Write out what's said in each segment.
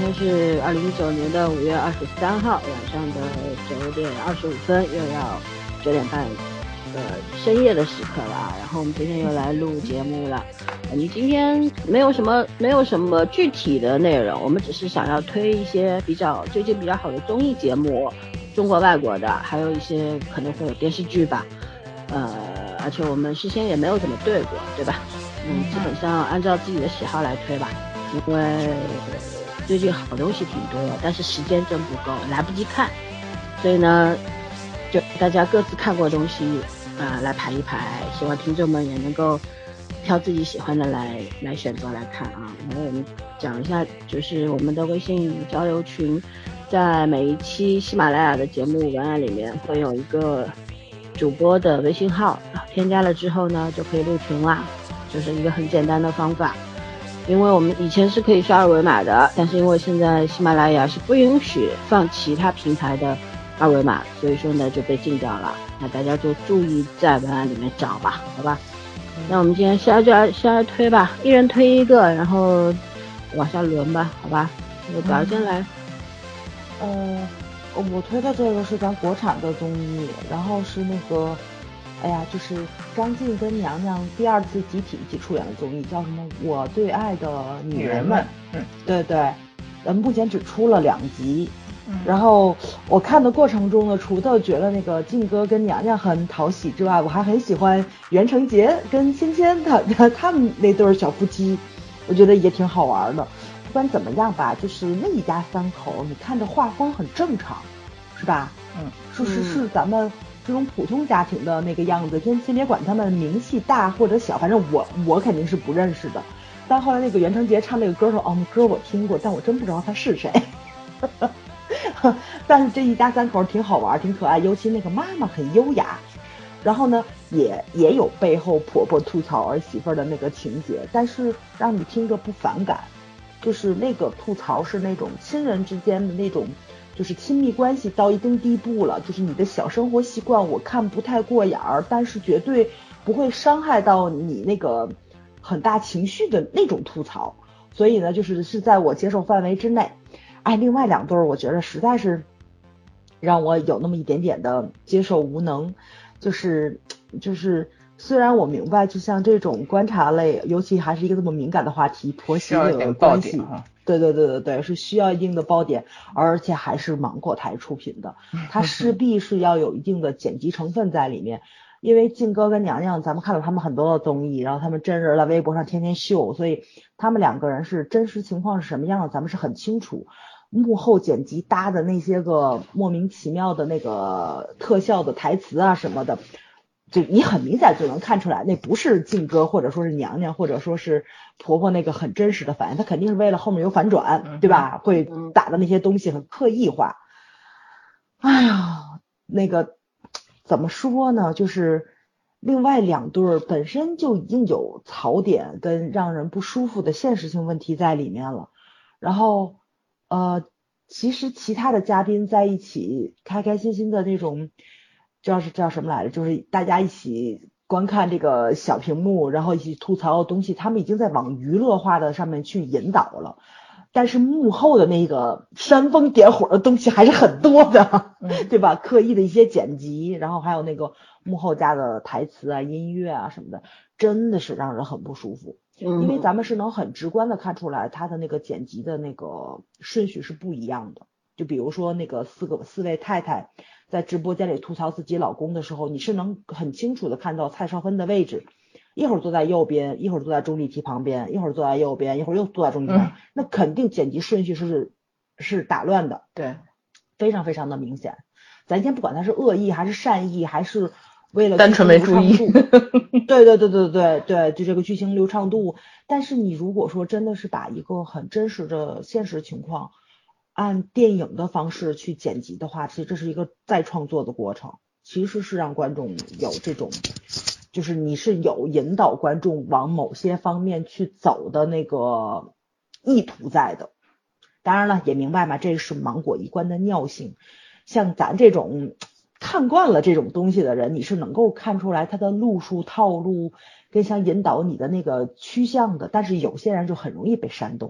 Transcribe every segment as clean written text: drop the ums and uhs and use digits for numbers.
天是2019年5月23号晚上的9点25分，又要9点半深夜的时刻了啊。然后我们今天又来录节目了。我们今天没有什么具体的内容，我们只是想要推一些最近比较好的综艺节目，中国外国的，还有一些可能会有电视剧吧。而且我们事先也没有怎么对过，对吧？基本上按照自己的喜好来推吧，因为最近好东西挺多的，但是时间真不够，来不及看，所以呢，就大家各自看过的东西来排一排，希望听众们也能够挑自己喜欢的来选择来看啊。然后我们讲一下，就是我们的微信交流群，在每一期喜马拉雅的节目文案里面会有一个主播的微信号，添加了之后呢就可以入群啦，就是一个很简单的方法。因为我们以前是可以刷二维码的，但是因为现在喜马拉雅是不允许放其他平台的二维码，所以说呢就被禁掉了。那大家就注意在文案里面找吧，好吧？那我们今天先来推吧，一人推一个，然后往下轮吧，好吧？那宝先来。 我推的这个是咱国产的综艺，然后是那个，就是张晋跟娘娘第二次集体一起出演的综艺，叫什么？我最爱的女人们。对对，目前只出了2集。然后我看的过程中呢，除了觉得那个晋哥跟娘娘很讨喜之外，我还很喜欢袁成杰跟芊芊他们那对小夫妻，我觉得也挺好玩的。不管怎么样吧，就是那一家3口，你看着画风很正常，是吧？是咱们这种普通家庭的那个样子。先别管他们名气大或者小，反正我肯定是不认识的。但后来那个袁成杰唱那个歌说，那歌我听过，但我真不知道他是谁。但是这一家3口挺好玩，挺可爱，尤其那个妈妈很优雅。然后呢，也有背后婆婆吐槽儿媳妇的那个情节，但是让你听着不反感。就是那个吐槽是那种亲人之间的那种，就是亲密关系到一定地步了，就是你的小生活习惯我看不太过眼儿，但是绝对不会伤害到你那个很大情绪的那种吐槽。所以呢，是在我接受范围之内。另外2对我觉得实在是让我有那么一点点的接受无能，就是虽然我明白，就像这种观察类，尤其还是一个这么敏感的话题，婆媳的关系，对，是需要一定的爆点，而且还是芒果台出品的，它势必是要有一定的剪辑成分在里面。因为晋哥跟娘娘，咱们看到他们很多的综艺，然后他们真人在微博上天天秀，所以他们2个人是真实情况是什么样的，咱们是很清楚。幕后剪辑搭的那些个莫名其妙的那个特效的台词啊什么的，就你很明显就能看出来，那不是晋哥或者说是娘娘或者说是婆婆那个很真实的反应，他肯定是为了后面有反转，对吧？会打的那些东西很刻意化。那个怎么说呢？就是另外2对本身就已经有槽点跟让人不舒服的现实性问题在里面了，然后其实其他的嘉宾在一起开开心心的那种，叫什么来着？就是大家一起观看这个小屏幕，然后一起吐槽的东西，他们已经在往娱乐化的上面去引导了。但是幕后的那个煽风点火的东西还是很多的，对吧？刻意的一些剪辑，然后还有那个幕后加的台词啊、音乐啊什么的，真的是让人很不舒服。因为咱们是能很直观的看出来，他的那个剪辑的那个顺序是不一样的。就比如说那个四位太太在直播间里吐槽自己老公的时候，你是能很清楚的看到蔡少芬的位置。一会儿坐在右边，一会儿坐在钟丽缇旁边，一会儿坐在右边，一会儿又坐在钟丽缇旁边，那肯定剪辑顺序是打乱的， 对， 非常非常的明显。咱先不管他是恶意还是善意，还是为了单纯没注意， 对，就这个剧情流畅度。但是你如果说真的是把一个很真实的现实情况按电影的方式去剪辑的话，其实这是一个再创作的过程，其实是让观众有这种。就是你是有引导观众往某些方面去走的那个意图在的。当然了，也明白嘛，这是芒果一贯的尿性。像咱这种看惯了这种东西的人，你是能够看出来他的路数套路跟想引导你的那个趋向的，但是有些人就很容易被煽动。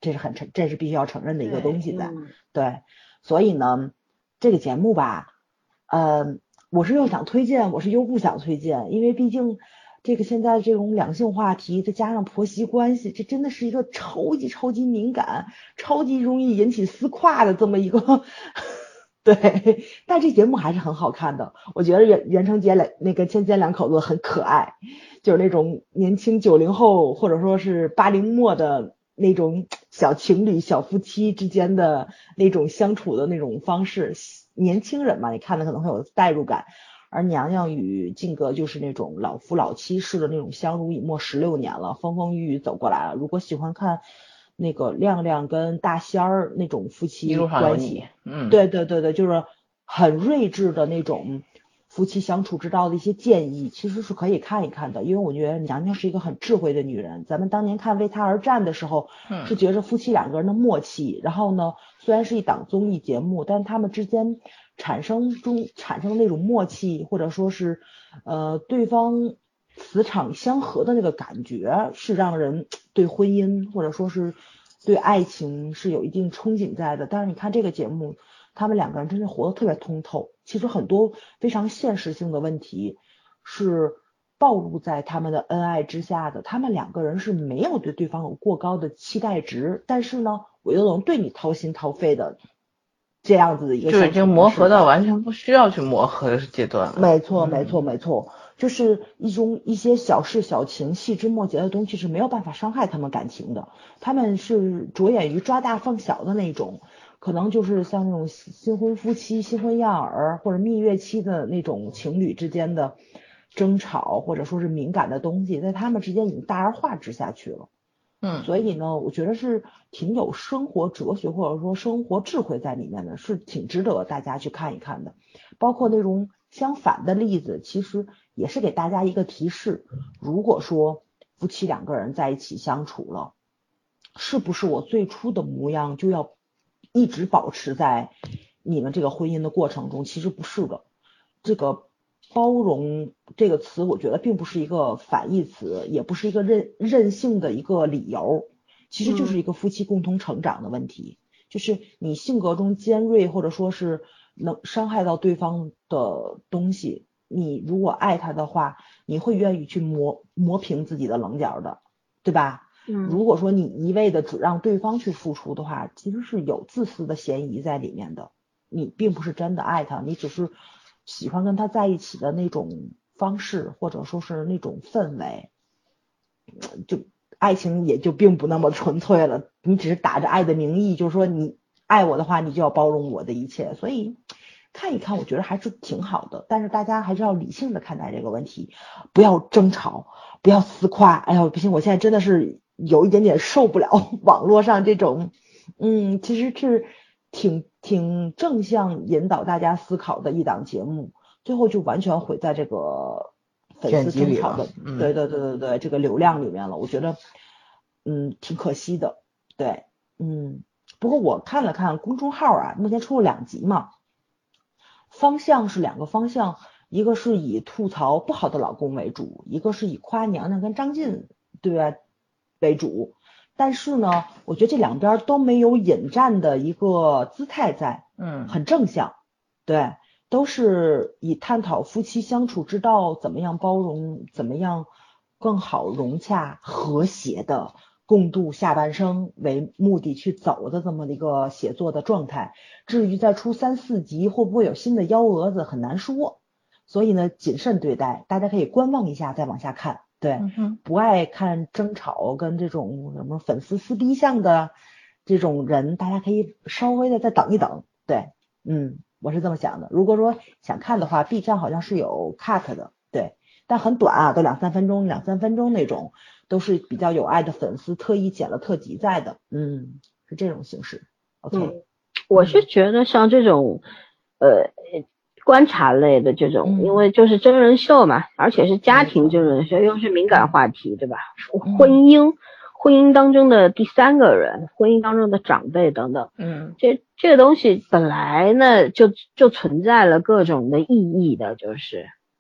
这是必须要承认的一个东西在。 对， 所以呢，这个节目吧，我是又想推荐，我是又不想推荐，因为毕竟这个现在这种两性话题，再加上婆媳关系，这真的是一个超级超级敏感、超级容易引起撕跨的这么一个对，但这节目还是很好看的。我觉得袁成杰那个千两口子很可爱，就是那种年轻90后或者说是80末的那种小情侣、小夫妻之间的那种相处的那种方式。年轻人嘛，你看的可能会有代入感。而娘娘与靖哥就是那种老夫老妻式的那种相濡以沫16年了，风风雨雨走过来了。如果喜欢看那个亮亮跟大仙儿那种夫妻关系，对，就是很睿智的那种夫妻相处之道的一些建议，其实是可以看一看的。因为我觉得娘娘是一个很智慧的女人，咱们当年看为她而战的时候，是觉着夫妻两个人的默契，然后呢，虽然是一档综艺节目，但他们之间产生那种默契，或者说是对方磁场相合的那个感觉，是让人对婚姻或者说是对爱情是有一定憧憬在的。但是你看这个节目，他们两个人真的活得特别通透，其实很多非常现实性的问题是暴露在他们的恩爱之下的。他们两个人是没有对对方有过高的期待值，但是呢，我又能对你掏心掏肺的这样子的一个， 就已经磨合到完全不需要去磨合的阶段了。 没错，就是一些小事小情、细枝末节的东西是没有办法伤害他们感情的。他们是着眼于抓大放小的那种，可能就是像那种新婚夫妻、新婚燕尔或者蜜月期的那种情侣之间的争吵，或者说是敏感的东西，在他们之间已经大而化之下去了。所以呢，我觉得是挺有生活哲学或者说生活智慧在里面的，是挺值得大家去看一看的。包括那种相反的例子，其实也是给大家一个提示。如果说夫妻两个人在一起相处了，是不是我最初的模样就要一直保持在你们这个婚姻的过程中？其实不是的。这个包容这个词，我觉得并不是一个反义词，也不是一个任性的一个理由，其实就是一个夫妻共同成长的问题。就是你性格中尖锐，或者说是能伤害到对方的东西，你如果爱他的话，你会愿意去磨平自己的棱角的，对吧？如果说你一味的只让对方去付出的话，其实是有自私的嫌疑在里面的。你并不是真的爱他，你只是喜欢跟他在一起的那种方式，或者说是那种氛围，就爱情也就并不那么纯粹了。你只是打着爱的名义，就是说你爱我的话，你就要包容我的一切。所以看一看，我觉得还是挺好的。但是大家还是要理性的看待这个问题，不要争吵，不要撕跨。哎呀，不行，我现在真的是有一点点受不了网络上这种，其实是挺正向引导大家思考的一档节目，最后就完全毁在这个粉丝争吵的，对，这个流量里面了。我觉得，挺可惜的。对，不过我看了看公众号啊，目前出了2集嘛，方向是2个方向，一个是以吐槽不好的老公为主，一个是以夸娘娘跟张晋对吧为主。但是呢，我觉得这两边都没有引战的一个姿态在，很正向，对，都是以探讨夫妻相处之道，怎么样包容，怎么样更好融洽和谐的共度下半生为目的去走的这么一个写作的状态。至于再出3、4集会不会有新的幺蛾子，很难说，所以呢，谨慎对待，大家可以观望一下再往下看。对，不爱看争吵跟这种什么粉丝撕逼相的这种人，大家可以稍微的再等一等。对，我是这么想的。如果说想看的话 ，B 站好像是有 cut 的，对，但很短啊，都2、3分钟那种，都是比较有爱的粉丝特意剪了特辑在的，是这种形式。OK， 我是觉得像这种观察类的这种，因为就是真人秀嘛，而且是家庭真人秀，又是敏感话题，对吧？婚姻当中的第3个人，婚姻当中的长辈等等，这个东西本来呢就存在了各种的意义的，就是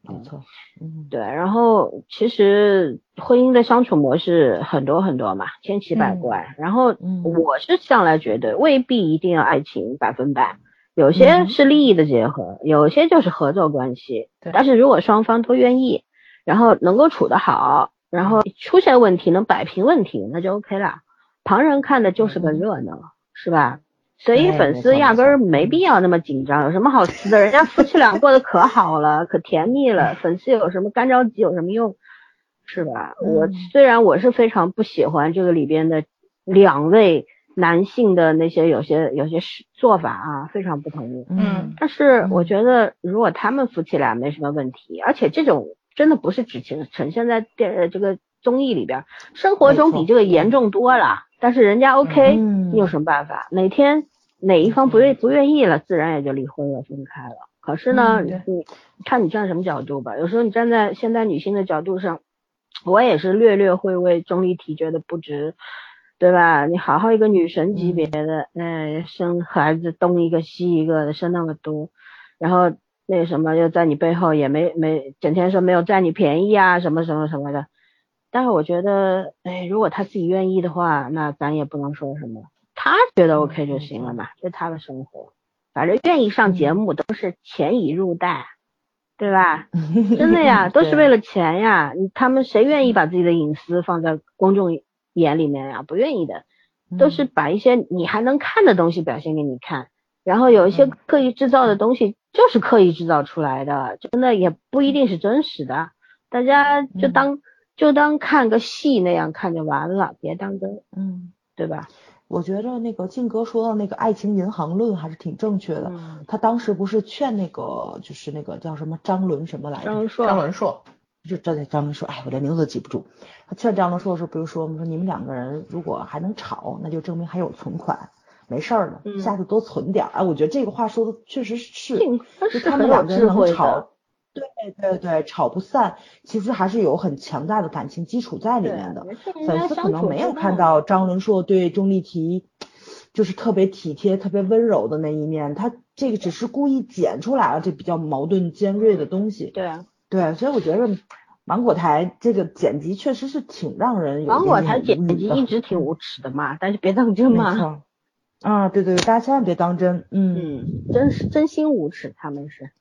没错， 对，然后其实婚姻的相处模式很多很多嘛，千奇百怪。然后我是向来觉得未必一定要爱情100%，有些是利益的结合，有些就是合作关系。但是如果双方都愿意，然后能够处得好，然后出现问题能摆平问题，那就 OK 了。旁人看的就是个热闹，是吧？所以粉丝压根儿没必要那么紧张，有什么好撕的？人家夫妻俩过得可好了，可甜蜜了，粉丝有什么干着急有什么用，是吧？虽然我是非常不喜欢这个里边的2位男性的那些有些做法啊，非常不同意。但是我觉得如果他们夫妻俩没什么问题，而且这种真的不是只呈现在这个综艺里边，生活中比这个严重多了。但是人家 OK，你有什么办法？哪天哪一方不愿意了，自然也就离婚了，分开了。可是呢，你看你站什么角度吧。有时候你站在现代女性的角度上，我也是略略会为钟丽缇觉得不值，对吧？你好好一个女神级别的，生孩子东一个西一个的，生那么多，然后那什么又在你背后也没整天说没有占你便宜啊，什么什么什么的。但是我觉得，如果他自己愿意的话，那咱也不能说什么。他觉得 OK 就行了嘛，这是他的生活。反正愿意上节目都是钱已入袋，对吧？真的呀，都是为了钱呀。他们谁愿意把自己的隐私放在公众眼里面呀？不愿意的，都是把一些你还能看的东西表现给你看。然后有一些刻意制造的东西就是刻意制造出来的，真的也不一定是真实的。大家就当看个戏那样看就完了，别当真，对吧？ 我觉得那个靖哥说的那个爱情银行论还是挺正确的。他当时不是劝那个就是那个叫什么张伦什么来着？ 张伦硕， 就张伦硕，我连名字都记不住。他劝张伦硕是，比如说我们说你们2个人如果还能吵，那就证明还有存款，没事儿的，下次多存点。我觉得这个话说的确实是，就他们2个人能吵。对，吵不散，其实还是有很强大的感情基础在里面的。粉丝可能没有看到张伦硕对钟丽缇就是特别体贴、特别温柔的那一面，他这个只是故意剪出来了这比较矛盾尖锐的东西。对，所以我觉得芒果台这个剪辑确实是挺让人有芒果台剪辑一直挺无耻的嘛，但是别当真嘛。 没错。对，大家千万别当真。 真心无耻，他们是。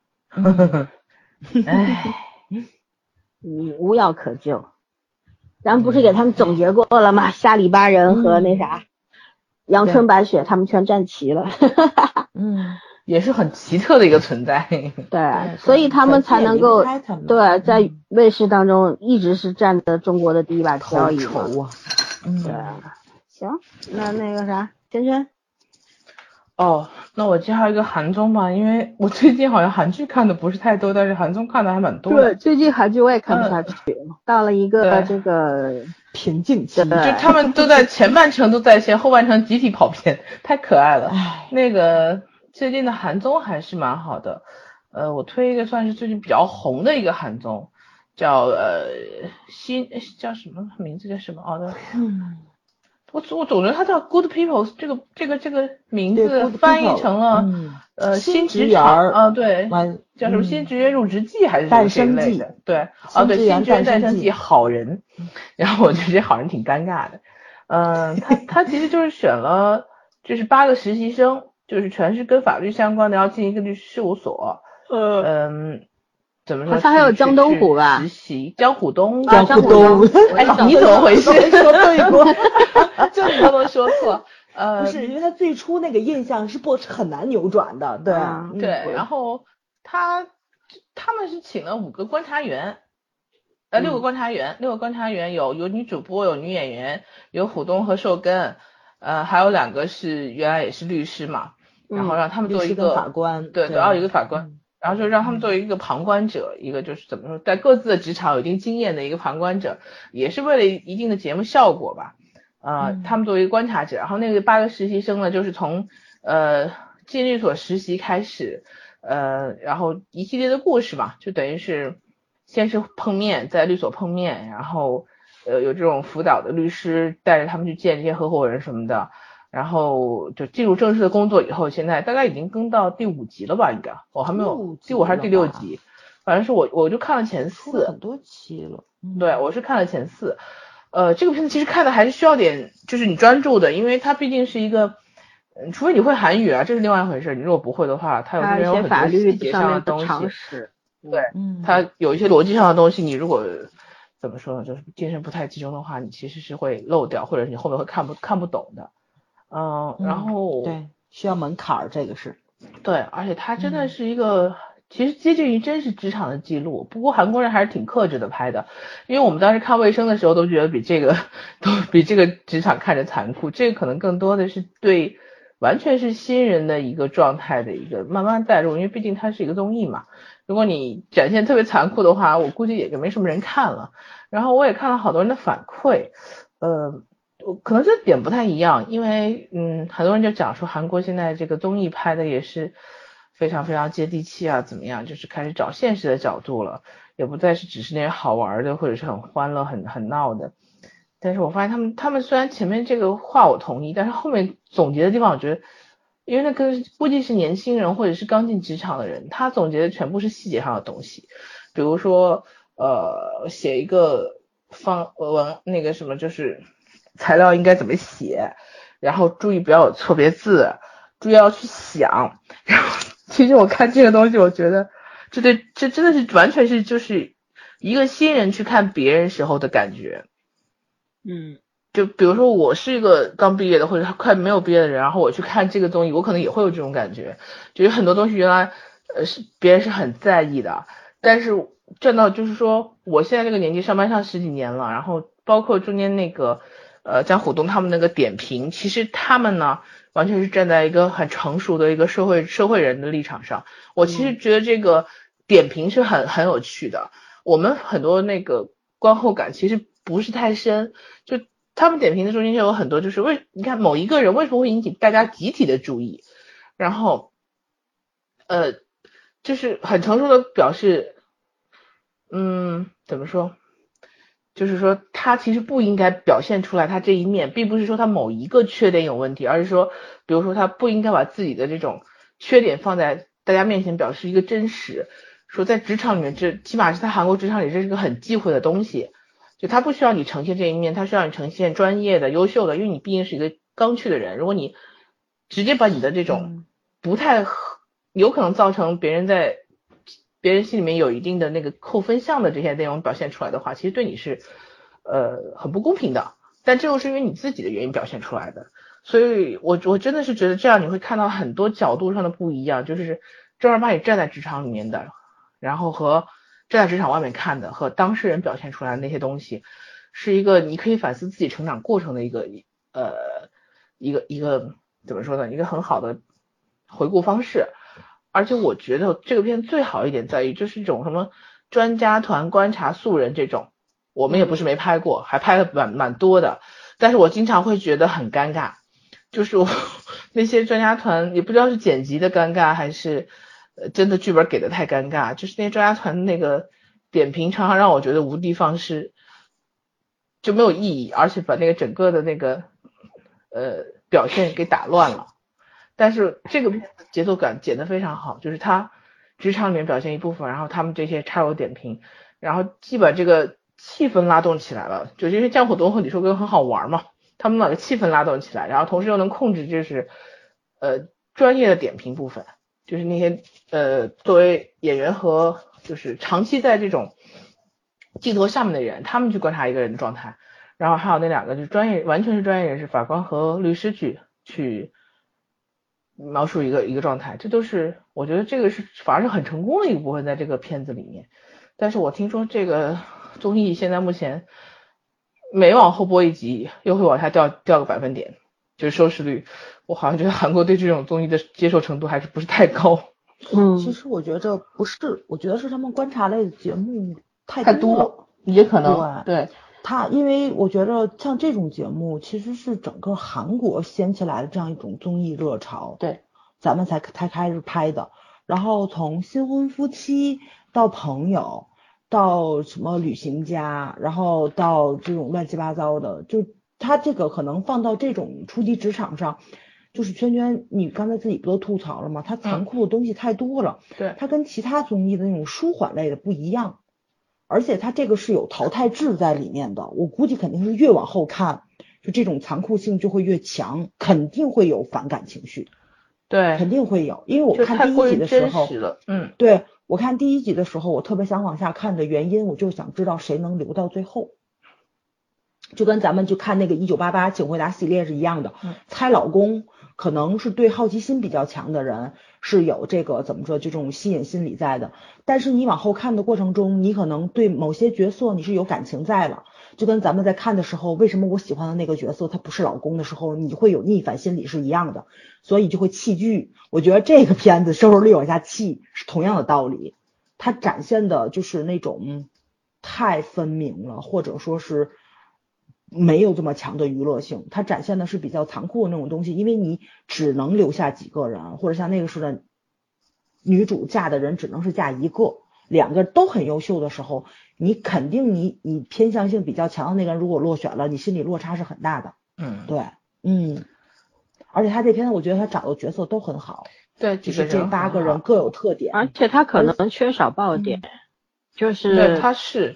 无药可救。咱不是给他们总结过了吗？下里巴人和那啥，阳春白雪他们全站齐了。 也是很奇特的一个存在。 对，所以他们才能够在卫视当中一直是站着中国的第一把交椅嘛。对，行，那个啥，芊芊。 那我介绍一个韩综吧，因为我最近好像韩剧看的不是太多，但是韩综看的还蛮多的。 对，最近韩剧我也看不下去，到了一个这个瓶颈期， 就他们都在前半程都在线，后半程集体跑偏，太可爱了。那个最近的韩综还是蛮好的，我推一个算是最近比较红的一个韩综，叫叫什么名字叫什么？我总觉得它叫 Good People， 这个名字翻译成了新职场对，叫什么新职员入职记还是什么之类的？对，对，新职员诞生记好人。然后我觉得这好人挺尴尬的。他其实就是选了就是8个实习生，就是全是跟法律相关的，要进一个律师事务所。怎么说？ 好像还有江东虎吧？ 实习江虎东， 你怎么回事？ 说对过， 就你都能说错。 不是，因为他最初那个印象是很难扭转的，对。 对，然后他们是请了5个观察员，6个观察员，有女主播，有女演员，有虎东和寿根，还有2个是原来也是律师嘛，然后让他们做一个法官， 对，一个法官。然后就让他们作为一个旁观者，一个就是怎么说，在各自的职场有一定经验的一个旁观者，也是为了一定的节目效果吧。他们作为一个观察者，然后那个8个实习生呢，就是从进律所实习开始，然后一系列的故事嘛，就等于是先是碰面，在律所碰面，然后有这种辅导的律师带着他们去见这些合伙人什么的。然后就进入正式的工作以后，现在大概已经更到第5集了吧，应该我还没有第5还是第6集， 反正是我就看了前4， 很多期了。 对，我是看了前4。这个片子其实看的还是需要点，就是你专注的，因为它毕竟是一个，除非你会韩语啊，这是另外一回事。你如果不会的话，它里面有很多细节上的东西，对，它有一些逻辑上的东西，你如果怎么说呢，就是精神不太集中的话，你其实是会漏掉，或者是你后面会看不懂的。然后对，需要门槛儿，这个是对，而且它真的是一个。其实接近于真实职场的记录，不过韩国人还是挺克制的拍的，因为我们当时看卫生的时候都觉得比这个职场看着残酷，这个可能更多的是对完全是新人的一个状态的一个慢慢带入，因为毕竟它是一个综艺嘛，如果你展现特别残酷的话，我估计也就没什么人看了。然后我也看了好多人的反馈，可能这点不太一样，因为很多人就讲说韩国现在这个综艺拍的也是非常非常接地气啊，怎么样，就是开始找现实的角度了，也不再是只是那些好玩的或者是很欢乐很闹的。但是我发现他们虽然前面这个话我同意，但是后面总结的地方我觉得，因为那个估计是年轻人或者是刚进职场的人，他总结的全部是细节上的东西，比如说写一个那个什么就是材料应该怎么写，然后注意不要有错别字，注意要去想。然后其实我看这个东西，我觉得这真的是完全是就是一个新人去看别人时候的感觉。就比如说我是一个刚毕业的或者快没有毕业的人，然后我去看这个综艺，我可能也会有这种感觉，就是很多东西原来是别人是很在意的，但是站到就是说我现在这个年纪上班上10几年了，然后包括中间那个江虎东他们那个点评，其实他们呢完全是站在一个很成熟的一个社会人的立场上，我其实觉得这个点评是很有趣的，我们很多那个观后感其实不是太深，就他们点评的中间就有很多就是你看某一个人为什么会引起大家集体的注意，然后就是很成熟的表示，怎么说？就是说他其实不应该表现出来他这一面，并不是说他某一个缺点有问题，而是说，比如说他不应该把自己的这种缺点放在大家面前表示一个真实，说在职场里面这起码是在韩国职场里这是个很忌讳的东西，就他不需要你呈现这一面，他需要你呈现专业的优秀的，因为你毕竟是一个刚去的人，如果你直接把你的这种不太有可能造成别人心里面有一定的那个扣分项的这些内容表现出来的话，其实对你是很不公平的，但这又是因为你自己的原因表现出来的，所以我真的是觉得这样你会看到很多角度上的不一样，就是正儿八经站在职场里面的，然后和站在职场外面看的，和当事人表现出来的那些东西，是一个你可以反思自己成长过程的一个怎么说呢，一个很好的回顾方式。而且我觉得这个片最好一点在于，就是这种什么专家团观察素人这种，我们也不是没拍过，还拍了蛮多的，但是我经常会觉得很尴尬，就是那些专家团也不知道是剪辑的尴尬还是真的剧本给的太尴尬，就是那些专家团那个点评常常让我觉得无的放矢，就没有意义，而且把那个整个的那个表现给打乱了。但是这个片子节奏感剪得非常好，就是他职场里面表现一部分，然后他们这些插入点评，然后既把这个气氛拉动起来了，就因为江虎东和李寿根很好玩嘛，他们把这气氛拉动起来，然后同时又能控制就是专业的点评部分，就是那些作为演员和就是长期在这种镜头下面的人，他们去观察一个人的状态，然后还有那两个就是完全是专业人士，法官和律师去描述一个状态，这都是我觉得这个是反而是很成功的一个部分在这个片子里面。但是我听说这个综艺现在目前每往后播一集又会往下掉个百分点，就是收视率。我好像觉得韩国对这种综艺的接受程度还是不是太高。 其实我觉得不是，我觉得是他们观察类的节目太多了， 也可能对。 因为我觉得像这种节目其实是整个韩国掀起来的这样一种综艺热潮， 对， 咱们才开始拍的。然后从新婚夫妻到朋友，到什么旅行家，然后到这种乱七八糟的，就他这个可能放到这种初级职场上， 就是圈圈，你刚才自己不都吐槽了吗？它残酷的东西太多了， 对， 它跟其他综艺的那种舒缓类的不一样，而且它这个是有淘汰制在里面的，我估计肯定是越往后看，就这种残酷性就会越强，肯定会有反感情绪， 对， 肯定会有，因为我看第一集的时候，对，我看第一集的时候，我特别想往下看的原因，我就想知道谁能留到最后。就跟咱们就看那个1988请回答系列是一样的，猜老公可能是对好奇心比较强的人是有这个怎么说这种吸引心理在的，但是你往后看的过程中，你可能对某些角色你是有感情在了，就跟咱们在看的时候，为什么我喜欢的那个角色他不是老公的时候，你会有逆反心理是一样的，所以就会弃剧。我觉得这个片子收视率往下弃是同样的道理，它展现的就是那种太分明了，或者说是没有这么强的娱乐性，它展现的是比较残酷的那种东西，因为你只能留下几个人，或者像那个似的女主嫁的人只能是嫁一个，两个都很优秀的时候，你肯定你偏向性比较强的那个人如果落选了，你心理落差是很大的。对，而且他这篇我觉得他找的角色都很好， 对， 就是这8个人各有特点， 而且他可能缺少爆点，就是对，他是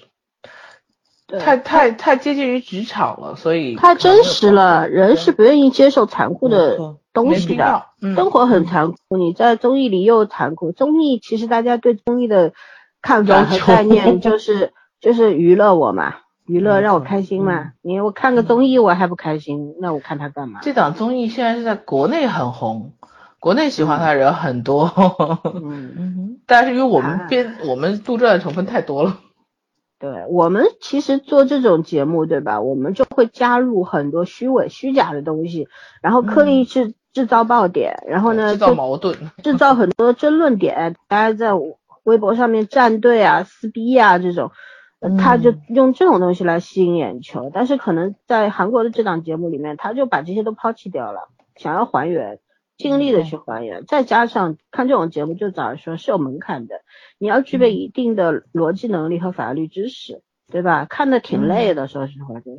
太接近于职场了，所以太真实了，人是不愿意接受残酷的东西的，生活很残酷，你在综艺里又残酷。综艺其实大家对综艺的看法和概念就是娱乐我嘛，娱乐让我开心嘛，我看个综艺我还不开心，那我看它干嘛？ 这档综艺现在是在国内很红，国内喜欢它的人很多，但是因为我们杜撰的成分太多了。 对，我们其实做这种节目，对吧？我们就会加入很多虚假的东西，然后刻意制造爆点，然后呢制造矛盾， 制造很多争论点，大家在微博上面站队啊、撕逼啊这种，他就用这种东西来吸引眼球。但是可能在韩国的这档节目里面，他就把这些都抛弃掉了，想要还原。尽力的去还原，再加上看这种节目就早说是有门槛的，你要具备一定的逻辑能力和法律知识，对吧？看得挺累的，说实话就是。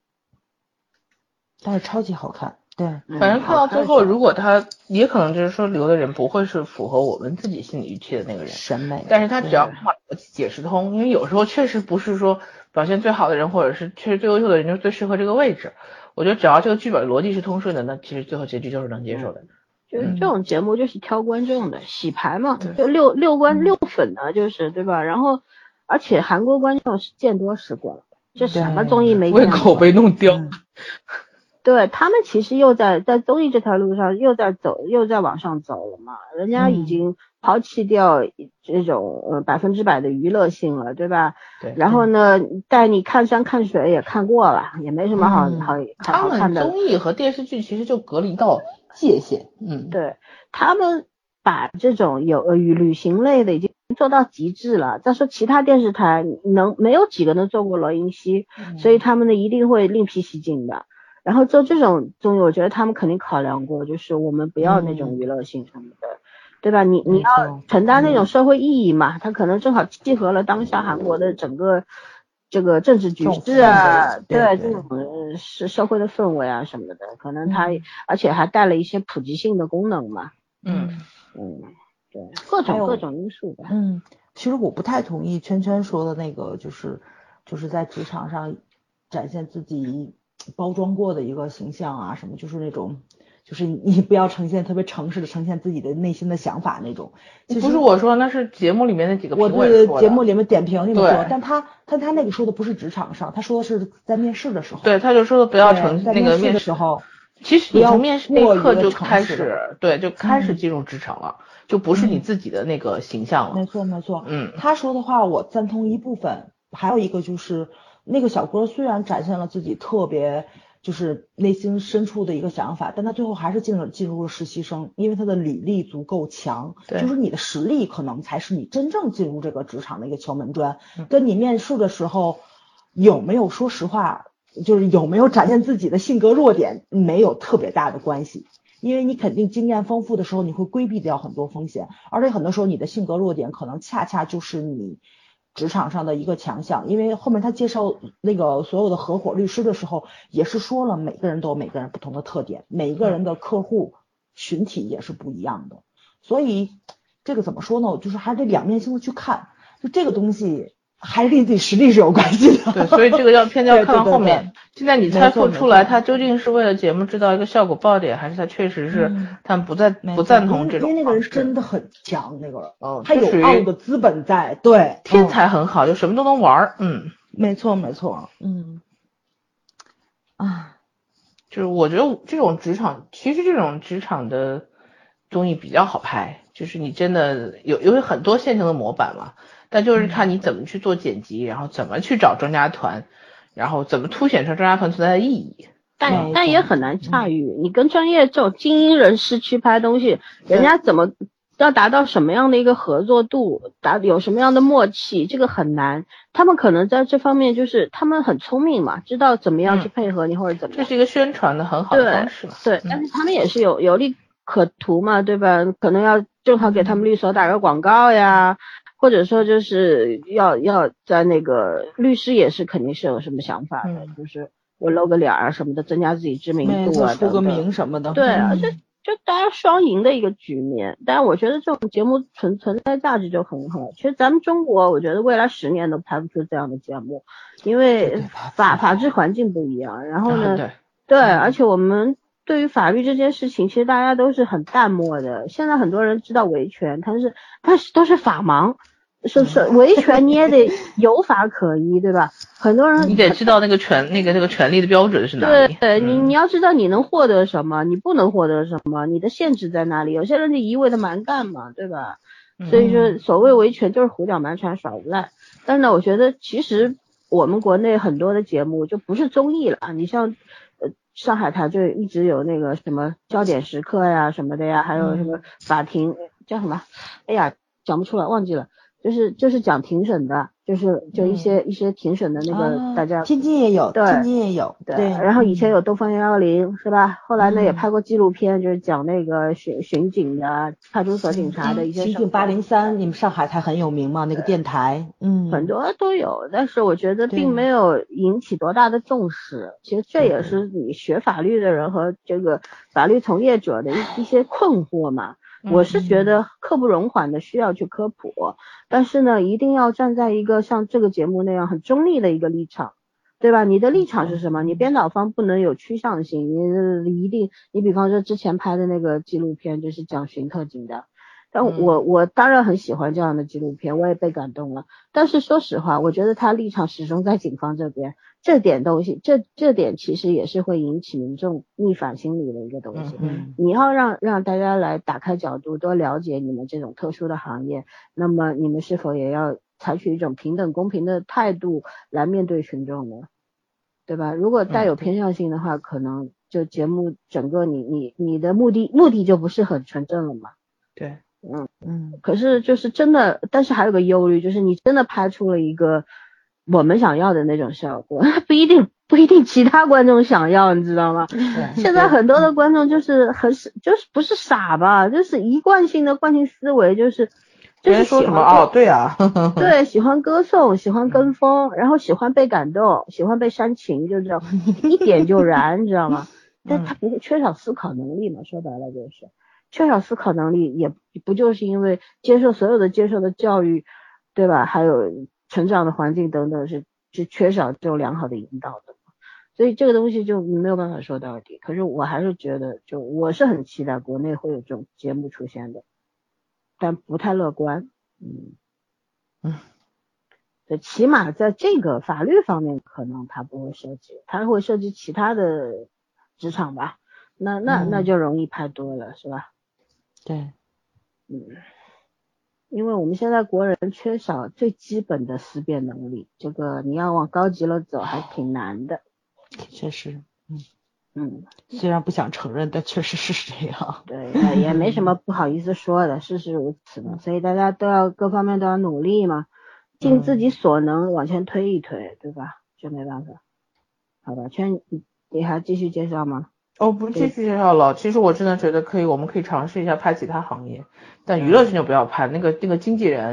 但是超级好看，对， 反正看到最后，如果他也可能就是说留的人不会是符合我们自己心理预期的那个人审美， 但是他只要把逻辑解释通，因为有时候确实不是说表现最好的人或者是确实最优秀的人就是最适合这个位置。我觉得只要这个剧本逻辑是通顺的，那其实最后结局就是能接受的。 就是这种节目就是挑观众的，洗牌嘛，就遛粉的，就是对吧？然后而且韩国观众是见多识广，这什么综艺没见过， 为口碑弄刁。 对，他们其实又在综艺这条路上又在往上走了嘛，人家已经抛弃掉这种100%的娱乐性了，对吧？ 对。 然后呢，带你看山看水也看过了，也没什么好看的。 他们综艺和电视剧其实就隔了一道界限。 对，他们把这种旅行类的已经做到极致了。再说其他电视台没有几个能做过罗云熙，所以他们呢一定会另辟蹊径的。然后做这种综艺，我觉得他们肯定考量过，就是我们不要那种娱乐性什么的，对吧？你要承担那种社会意义嘛，它可能正好契合了当下韩国的整个这个政治局势对这种是社会的氛围啊什么的，可能它而且还带了一些普及性的功能嘛。对，各种因素吧。 其实我不太同意圈圈说的那个，就是在职场上展现自己包装过的一个形象啊什么，就是那种就是你不要呈现特别诚实的呈现自己的内心的想法那种。其实不是我说，那是节目里面那几个评委说的。 我对节目里面点评那么说，但他那个说的不是职场上，他说的是在面试的时候。 对，他就说的不要呈那个面试的时候， 其实你从面试那一刻就开始进入职场了，就不是你自己的那个形象了。 没错。他说的话我赞同一部分，还有一个就是那个小哥虽然展现了自己特别就是内心深处的一个想法，但他最后还是进入了实习生，因为他的履历足够强，就是你的实力可能才是你真正进入这个职场的一个敲门砖，跟你面试的时候有没有说实话，就是有没有展现自己的性格弱点没有特别大的关系，因为你肯定经验丰富的时候你会规避掉很多风险，而且很多时候你的性格弱点可能恰恰就是你职场上的一个强项，因为后面他介绍那个所有的合伙律师的时候，也是说了每个人都有每个人不同的特点，每一个人的客户群体也是不一样的，所以这个怎么说呢？就是还得两面性的去看，就这个东西还是跟自己实力是有关系的。 对，所以这个要偏要看后面。 对对对对， 现在你猜测出来，他究竟是为了节目制造一个效果爆点，还是他确实是他们不赞同这种方式？ 因为那个人真的很强，那个他有傲的资本在，对， 天才很好，就什么都能玩。 没错， 就是我觉得这种职场的综艺比较好拍，就是你真的有很多现成的模板嘛，但就是看你怎么去做剪辑，然后怎么去找专家团，然后怎么凸显出专家团存在的意义。 但也很难驾驭，你跟专业这种精英人士去拍东西，人家怎么要达到什么样的一个合作度，有什么样的默契，这个很难。他们可能在这方面就是他们很聪明嘛，知道怎么样去配合你或者怎么样。 这是一个宣传的很好的方式嘛。 对，但是他们也是有利可图嘛，对吧？可能要正好给他们律所打个广告呀，或者说就是要在那个律师也是肯定是有什么想法的，就是我露个脸啊什么的，增加自己知名度啊， 出个名什么的。 对啊，就大家双赢的一个局面。但是我觉得这种节目存在价值就很好。其实咱们中国，我觉得未来10年都拍不出这样的节目，因为法治环境不一样。然后呢，对，而且我们对于法律这件事情，其实大家都是很淡漠的。现在很多人知道维权，但是都是法盲。是维权你也得有法可依，对吧？很多人你得知道那个权利的标准是哪里。 对，你要知道你能获得什么，你不能获得什么，你的限制在哪里。有些人就一味的蛮干嘛，对吧？所以说所谓维权就是胡搅蛮缠耍无赖。但是呢，我觉得其实我们国内很多的节目就不是综艺了，你像上海台就一直有那个什么焦点时刻呀什么的呀，还有什么法庭叫什么，哎呀讲不出来忘记了。就是讲庭审的，就一些庭审的那个大家。 天津也有， 对， 天津也有，对。 然后以前有东方110是吧？后来呢也拍过纪录片，就是讲那个巡警的派出所警察的一些。 巡警803，你们上海台很有名嘛？那个电台， 很多都有，但是我觉得并没有引起多大的重视。其实这也是你学法律的人和这个法律从业者的一些困惑嘛。我是觉得刻不容缓的需要去科普，但是呢一定要站在一个像这个节目那样很中立的一个立场，对吧？你的立场是什么？你编导方不能有趋向性，你比方说之前拍的那个纪录片就是讲巡特警的，但我当然很喜欢这样的纪录片，我也被感动了，但是说实话我觉得他立场始终在警方这边，这点东西这点其实也是会引起民众逆反心理的一个东西。你要让大家来打开角度，多了解你们这种特殊的行业，那么你们是否也要采取一种平等公平的态度来面对群众呢？对吧？如果带有偏向性的话，可能就节目整个你的目的就不是很纯正了嘛。 对， 可是就是真的，但是还有个忧虑，就是你真的拍出了一个我们想要的那种效果，不一定其他观众想要，你知道吗？现在很多的观众就是不是傻吧，就是一贯性的惯性思维，就是说什么对啊， 对，喜欢歌颂，喜欢跟风，然后喜欢被感动，喜欢被煽情，就这样一点就燃，你知道吗？但他不会缺少思考能力嘛，说白了就是缺少思考能力，也不就是因为所有的接受的教育，对吧？还有成长的环境等等是缺少这种良好的引导的，所以这个东西就没有办法说到底。可是我还是觉得，我是很期待国内会有这种节目出现的，但不太乐观。起码在这个法律方面，可能他不会涉及，他会涉及其他的职场吧。那就容易拍多了，是吧？ 对， 因为我们现在国人缺少最基本的思辨能力，这个你要往高级了走还挺难的。 确实，虽然不想承认，但确实是这样。 对，也没什么不好意思说的，事实如此嘛。所以大家各方面都要努力嘛，尽自己所能往前推一推，对吧？这没办法。好吧，你还继续介绍吗？ 不继续介绍了。其实我真的觉得我们可以尝试一下拍其他行业，但娱乐性就不要拍。那个经纪人，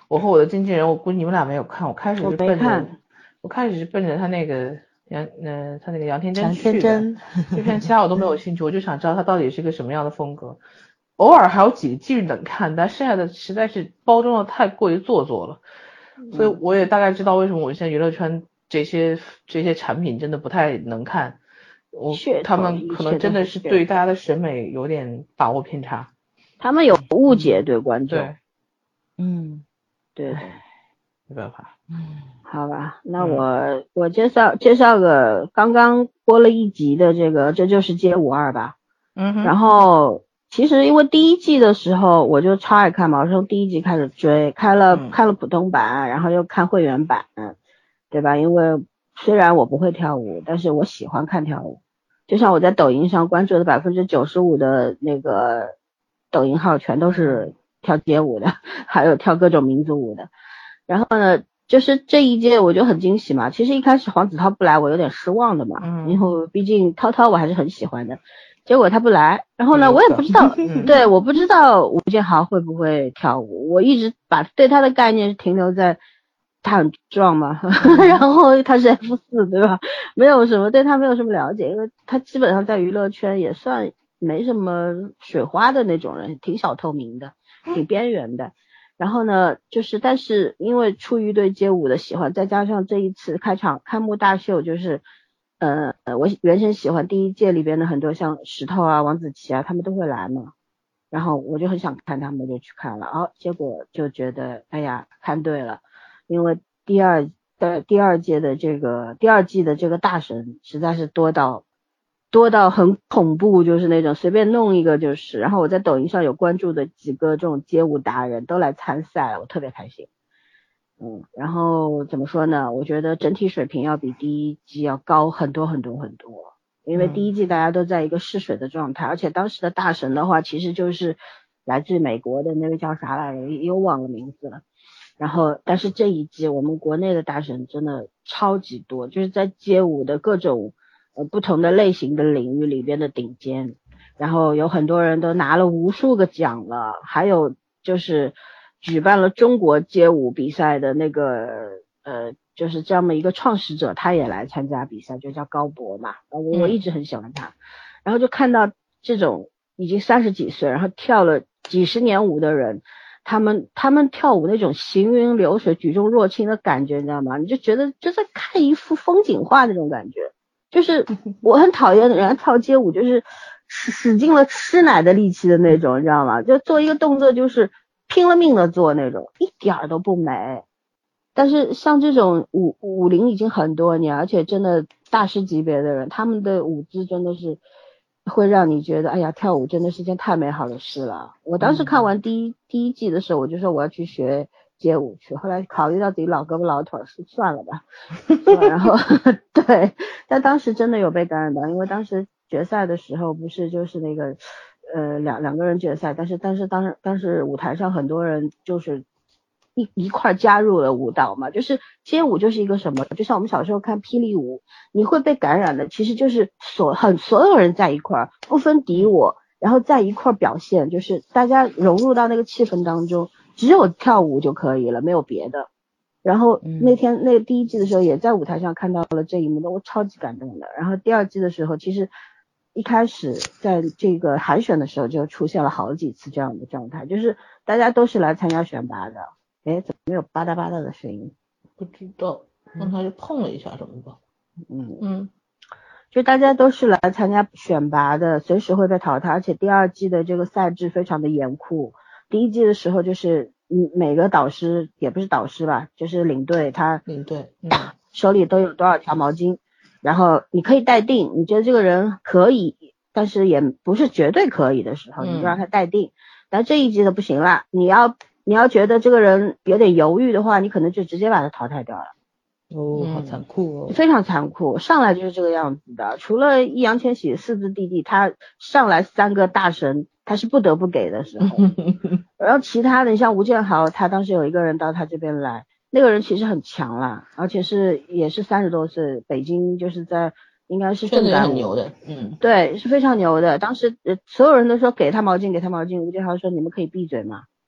我和我的经纪人，我估计你们俩没有看，我开始是奔着， 我没看我开始是奔着他那个他那个杨天真杨去的， 天真这片其他我都没有兴趣，我就想知道他到底是个什么样的风格。偶尔还有几季能看，但剩下的实在是包装的太过于做作了，所以我也大概知道为什么我现在娱乐圈这些产品真的不太能看，他们可能真的是对大家的审美有点把握偏差， 他们有误解对观众， 对， 对， 没办法， 好吧，那我介绍个刚刚播了一集的这就是街舞2吧，然后其实因为第一季的时候我就超爱看嘛，我是从第一集开始追，看了普通版，然后又看会员版，对吧？因为虽然我不会跳舞，但是我喜欢看跳舞，就像我在抖音上关注的95%的那个抖音号全都是跳街舞的，还有跳各种民族舞的。然后呢，就是这一届我就很惊喜嘛。其实一开始黄子韬不来，我有点失望的嘛，因为毕竟涛涛我还是很喜欢的。结果他不来，然后呢，我也不知道，对，我不知道吴建豪会不会跳舞。我一直对他的概念是停留在他很壮嘛，然后他是 F4，对吧？对他没有什么了解，因为他基本上在娱乐圈也算没什么水花的那种人，挺小透明的，挺边缘的。然后呢，但是因为出于对街舞的喜欢，再加上这一次开幕大秀，就是我原先喜欢第一届里边的很多像石头啊、王子奇啊，他们都会来嘛，然后我就很想看他们，就去看了，结果就觉得哎呀，看对了，因为第二季的这个大神实在是多到很恐怖，就是那种随便弄一个就是。然后我在抖音上有关注的几个这种街舞达人都来参赛了，我特别开心。然后怎么说呢？我觉得整体水平要比第一季要高很多很多很多，因为第一季大家都在一个试水的状态，而且当时的大神的话，其实就是来自美国的那位叫啥来着，又忘了名字了。然后，但是这一季我们国内的大神真的超级多，就是在街舞的各种不同的类型的领域里边的顶尖，然后有很多人都拿了无数个奖了，还有就是举办了中国街舞比赛的那个就是这么一个创始者，他也来参加比赛，就叫高博嘛，我一直很喜欢他，然后就看到这种已经30几岁，然后跳了几十年舞的人。他们跳舞那种行云流水、举重若轻的感觉，你知道吗？你就觉得就在看一幅风景画那种感觉。就是我很讨厌人家跳街舞，就是使尽了吃奶的力气的那种，你知道吗？就做一个动作就是拼了命的做那种，一点都不美。但是像这种舞龄已经很多年，而且真的大师级别的人，他们的舞姿真的是会让你觉得，哎呀，跳舞真的是件太美好的事了。我当时看完第一季的时候，我就说我要去学街舞去，后来考虑到自己老胳膊老腿，算了吧。然后对，但当时真的有被感染到，因为当时决赛的时候不是就是那个两个人决赛，但是舞台上很多人就是一块加入了舞蹈嘛，就是街舞就是一个什么，就像我们小时候看霹雳舞，你会被感染的，其实就是所有人在一块不分敌我，然后在一块表现，就是大家融入到那个气氛当中，只有跳舞就可以了，没有别的。然后那天那第一季的时候也在舞台上看到了这一幕的，我超级感动的。然后第二季的时候，其实一开始在这个海选的时候就出现了好几次这样的状态，就是大家都是来参加选拔的。哎，怎么没有吧嗒吧嗒的声音？ 不知道，刚才就碰了一下什么的。 就大家都是来参加选拔的，随时会被淘汰，而且第二季的这个赛制非常的严酷。第一季的时候就是每个导师也不是导师吧，就是领队手里都有多少条毛巾，然后你可以待定，你觉得这个人可以，但是也不是绝对可以的时候，你就让他待定。但这一季的不行了，你要觉得这个人有点犹豫的话，你可能就直接把他淘汰掉了。 好残酷哦！ 非常残酷，上来就是这个样子的。除了易烊千玺四字弟弟，他上来3个大神，他是不得不给的时候。然后其他的，你像吴建豪，他当时有一个人到他这边来，那个人其实很强啦，而且也是30多岁，北京就是在应该是正感舞， 牛的， 对，是非常牛的。当时所有人都说给他毛巾，给他毛巾，吴建豪说你们可以闭嘴嘛。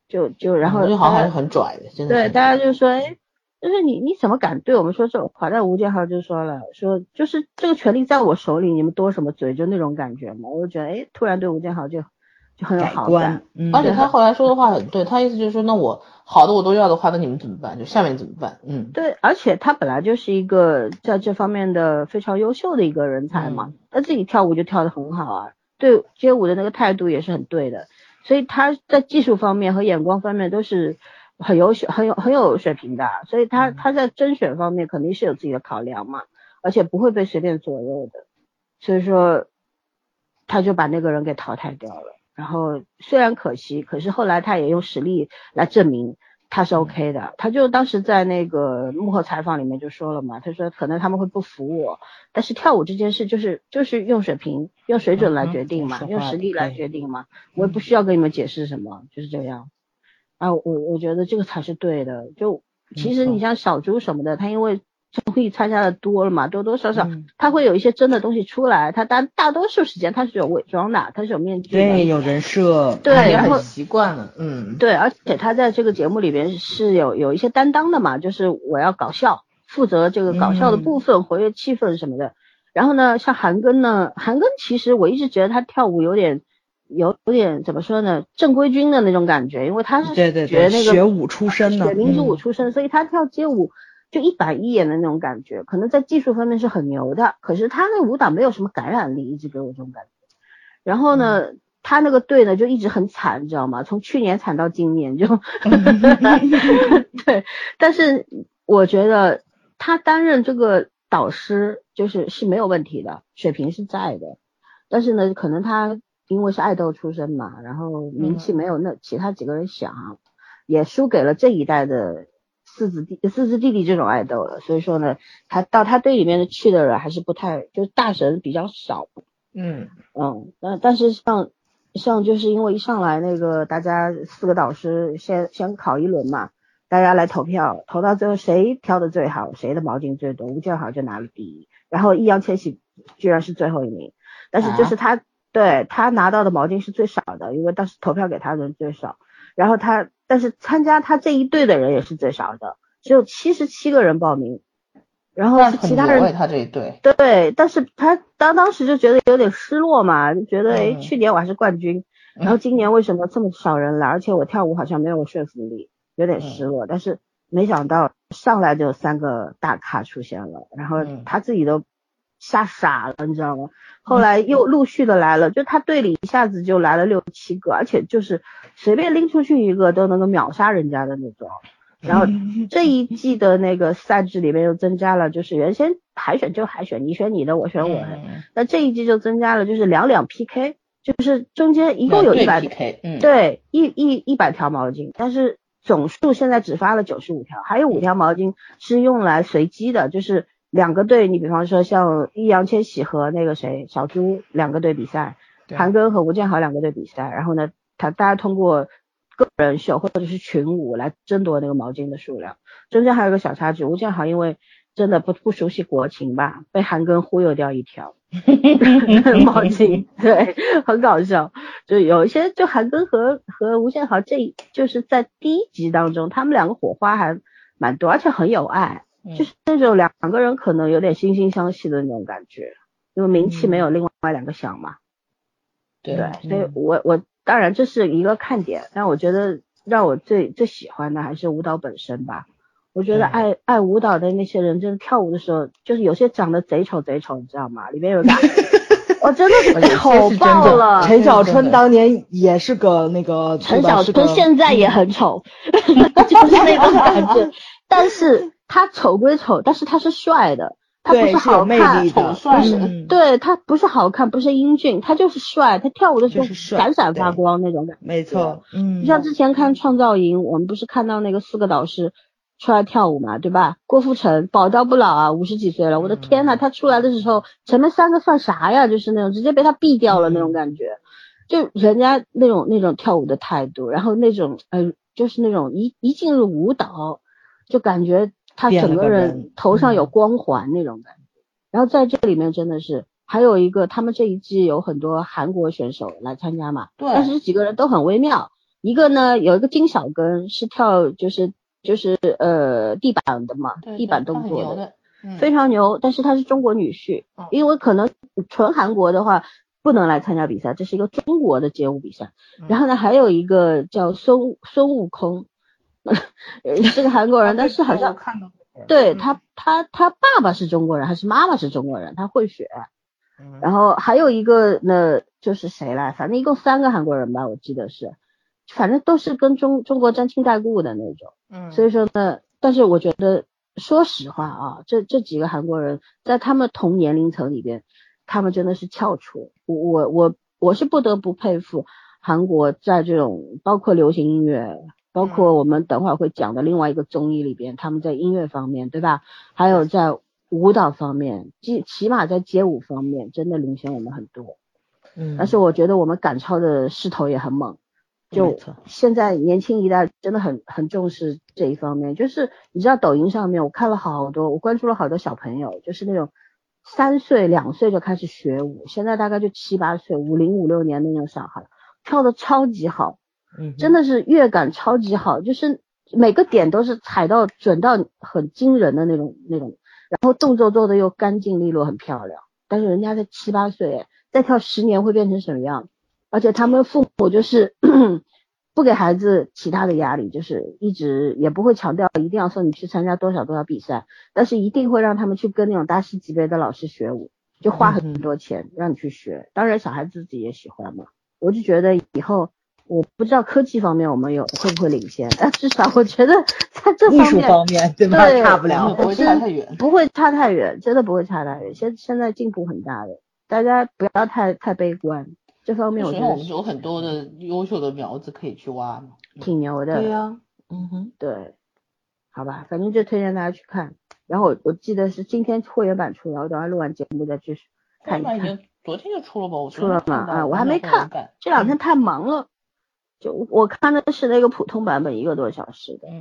然后就好像是很拽的，真的。 对，大家就说，哎，就是你怎么敢对我们说这种话？但吴建豪就说了，说就是这个权利在我手里，你们多什么嘴，就那种感觉嘛。我就觉得，哎，突然对吴建豪就很有好感。 而且他后来说的话很对，他意思就是说，那我好的我都要的话，那你们怎么办？就下面怎么办？ 对，而且他本来就是一个在这方面的非常优秀的一个人才嘛，他自己跳舞就跳得很好啊，对街舞的那个态度也是很对的，所以他在技术方面和眼光方面都是很优秀、很有水平的，所以他在甄选方面肯定是有自己的考量嘛，而且不会被随便左右的，所以说他就把那个人给淘汰掉了。然后虽然可惜，可是后来他也用实力来证明他是 OK 的。他就当时在那个幕后采访里面就说了嘛，他说可能他们会不服我，但是跳舞这件事就是用水平、用水准来决定嘛，用实力来决定嘛，我也不需要跟你们解释什么，就是这样。啊，我觉得这个才是对的。就其实你像小猪什么的，他因为综艺参加的多了嘛，多多少少他会有一些真的东西出来，他大多数时间他是有伪装的，他是有面具的， 对，有人设， 对， 然后习惯了， 对，而且他在这个节目里边是有一些担当的嘛，就是我要搞笑，负责这个搞笑的部分，活跃气氛什么的。然后呢，像韩庚其实我一直觉得他跳舞有点怎么说呢，正规军的那种感觉，因为他是学舞出身的， 学民族舞出身，所以他跳街舞就一板一眼的那种感觉，可能在技术方面是很牛的，可是他那个舞蹈没有什么感染力，一直给我这种感觉。然后呢，他那个队呢就一直很惨，你知道吗？从去年惨到今年就对，但是我觉得他担任这个导师是没有问题的，水平是在的，但是呢，可能他因为是爱豆出身嘛，然后名气没有那其他几个人响，也输给了这一代的四字弟弟这种爱豆了，所以说呢，他到他队里面的去的人还是不太，就是大神比较少。但是像就是因为一上来那个大家4个导师先考一轮嘛，大家来投票，投到最后谁挑的最好，谁的毛巾最多，吴建豪就拿了第一，然后易烊千玺居然是最后一名，但是就是对他拿到的毛巾是最少的，因为当时投票给他的人最少，然后但是参加他这一队的人也是最少的，只有77个人报名，然后其他人他这一队对，但是他当时就觉得有点失落嘛，就觉得去年我还是冠军，然后今年为什么这么少人来，而且我跳舞好像没有说服力，有点失落，但是没想到上来就3个大咖出现了，然后他自己都吓傻了，你知道吗？后来又陆续的来了，就他队里一下子就来了6、7个，而且就是随便拎出去一个都能够秒杀人家的那种。然后这一季的那个赛制里面又增加了，就是原先海选就海选，你选你的，我选我的，那这一季就增加了，就是2PK， 就是中间一共有100 PK， 对100条毛巾，但是总数现在只发了95条，还有5条毛巾是用来随机的，就是2个队，你比方说像易烊千玺和那个谁小猪2个队比赛，韩庚和吴建豪2个队比赛，然后呢大家通过个人秀或者是群舞来争夺那个毛巾的数量，中间还有个小插曲，吴建豪因为真的不熟悉国情吧，被韩庚忽悠掉1条毛巾，对，很搞笑。就有一些就韩庚和吴建豪就是在第1集当中，他们2个火花还蛮多，而且很有爱，就是那种2个人可能有点惺惺相惜的那种感觉，因为名气没有另外2个响嘛。对，所以我当然这是一个看点，但我觉得让我最喜欢的还是舞蹈本身吧。我觉得爱舞蹈的那些人，真的跳舞的时候，就是有些长得贼丑，你知道吗？里面有个我真的是丑爆了。 陈小春当年也是个那个， 陈小春现在也很丑，就是那种感觉。但是他丑归丑，但是他是帅的。他不是好看， 丑帅对，他不是好看，不是英俊，他就是帅，他跳舞的时候闪闪发光那种感觉。 没错， 你像之前看创造营，我们不是看到那个4个导师出来跳舞嘛，对吧？郭富城宝刀不老啊，50几岁了，我的天呐，他出来的时候前面3个算啥呀？就是那种直接被他毙掉了那种感觉，就人家那种跳舞的态度，然后那种就是那种一进入舞蹈就感觉他整个人头上有光环那种感觉。然后在这里面真的是还有一个，他们这一季有很多韩国选手来参加嘛，但是这几个人都很微妙， 一个呢有一个金小根是跳就是地板的嘛， 对地板动作很牛的， 非常牛，但是他是中国女婿，因为可能纯韩国的话不能来参加比赛，这是一个中国的街舞比赛。然后呢还有一个叫孙悟空，是个韩国人，但是好像对他爸爸是中国人还是妈妈是中国人，他会学。然后还有一个呢就是谁来，反正一共3个韩国人吧，我记得是，反正都是跟中国沾亲带故的那种。所以说呢，但是我觉得说实话啊，这几个韩国人在他们同年龄层里边，他们真的是翘楚。我是不得不佩服韩国在这种包括流行音乐，包括我们等会儿会讲的另外一个综艺里边，他们在音乐方面，对吧？还有在舞蹈方面，起码在街舞方面真的领先我们很多。但是我觉得我们赶超的势头也很猛。就现在年轻一代真的很重视这一方面，就是你知道抖音上面我看了好多，我关注了好多小朋友，就是那种3岁2岁就开始学舞，现在大概就7、8岁50、56年那种小孩，跳的超级好，真的是乐感超级好，就是每个点都是踩到准到很惊人的那种，然后动作做的又干净利落很漂亮，但是人家才7、8岁，再跳10年会变成什么样？而且他们父母就是不给孩子其他的压力，就是一直也不会强调一定要送你去参加多少比赛，但是一定会让他们去跟那种大师级别的老师学舞，就花很多钱让你去学。当然小孩子自己也喜欢嘛。我就觉得以后我不知道科技方面我们会不会领先，但至少我觉得在这方面艺术方面对吧，差不了， 不会差太远， 不会差太远，真的不会差太远。现在进步很大的，大家不要太悲观。这方面我觉得我们有很多的优秀的苗子可以去挖嘛， 挺牛的。 对呀， 对，好吧，反正就推荐大家去看。然后我记得是今天会员版出了，我等下录完节目再去看一看。 已经昨天就出了吧？ 出了吗？我还没看，这2天太忙了。就我看的是那个普通版本1个多小时的。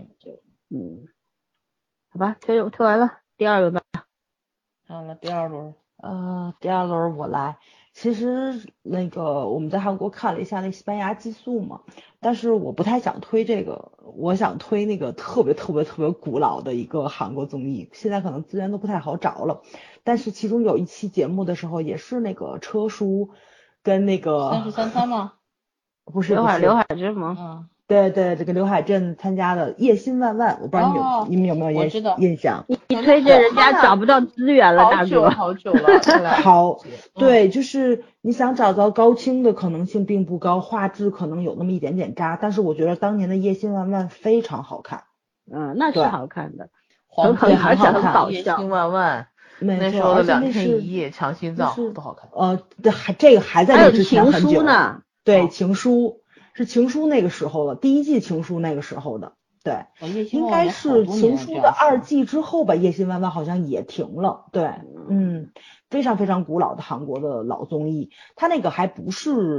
好吧，推完了，第2轮吧。 好了，第2轮。 第2轮我来。其实那个我们在韩国看了一下那西班牙激素嘛，但是我不太想推这个，我想推那个特别古老的一个韩国综艺，现在可能资源都不太好找了，但是其中有一期节目的时候也是那个车叔跟那个 33餐吗？ 不是刘海镇吗？ 对，这个刘海镇参加的夜心万万，我不知道你们有没有印象？ 你推荐人家找不到资源了，大哥。 好久了。 好，对，就是你想找到高清的可能性并不高，画质可能有那么一点点渣，但是我觉得当年的夜心万万非常好看。 那是好看的， 而且很搞笑。 夜心万万，那时候的2天1夜强心脏多好看。 这个还在那之前很久。 还有情书呢？ 对，情书。是情书那个时候了，第1季情书那个时候的，对，应该是情书的2季之后吧，夜心万万好像也停了，对，非常古老的韩国的老综艺，它那还不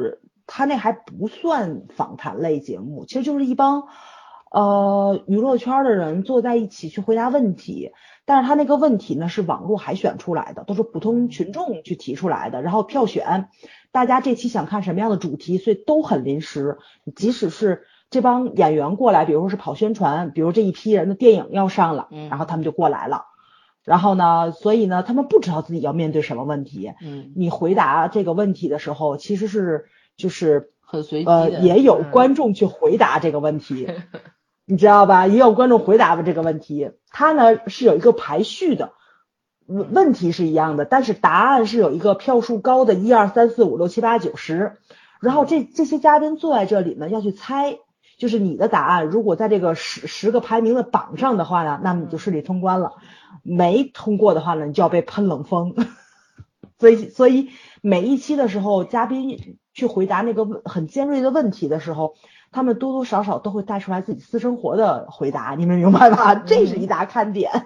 算访谈类节目，其实就是一帮娱乐圈的人坐在一起去回答问题，但是他那个问题呢是网络海选出来的，都是普通群众去提出来的，然后票选大家这期想看什么样的主题，所以都很临时，即使是这帮演员过来，比如说是跑宣传，比如这一批人的电影要上了，然后他们就过来了，然后呢，所以呢他们不知道自己要面对什么问题，你回答这个问题的时候其实是就是很随机的， 也有观众去回答这个问题你知道吧，也有观众回答这个问题，它呢是有一个排序的，问题是一样的，但是答案是有一个票数高的1、2、3、4、5、6、7、8、9、10，然后这些嘉宾坐在这里呢要去猜，就是你的答案如果在这个10个排名的榜上的话呢，那么你就顺利通关了，没通过的话呢，你就要被喷冷风所以每一期的时候，嘉宾去回答那个很尖锐的问题的时候，他们多多少少都会带出来自己私生活的回答，你们明白吧？这是一大看点。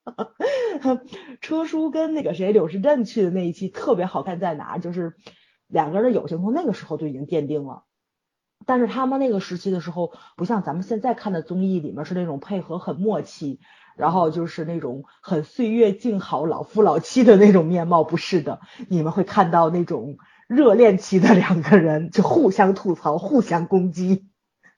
车叔跟那个谁柳时镇去的那一期特别好看在哪？就是2个人的友情从那个时候就已经奠定了。但是他们那个时期的时候，不像咱们现在看的综艺里面是那种配合很默契，然后就是那种很岁月静好老夫老妻的那种面貌，不是的，你们会看到那种热恋期的2个人就互相吐槽互相攻击，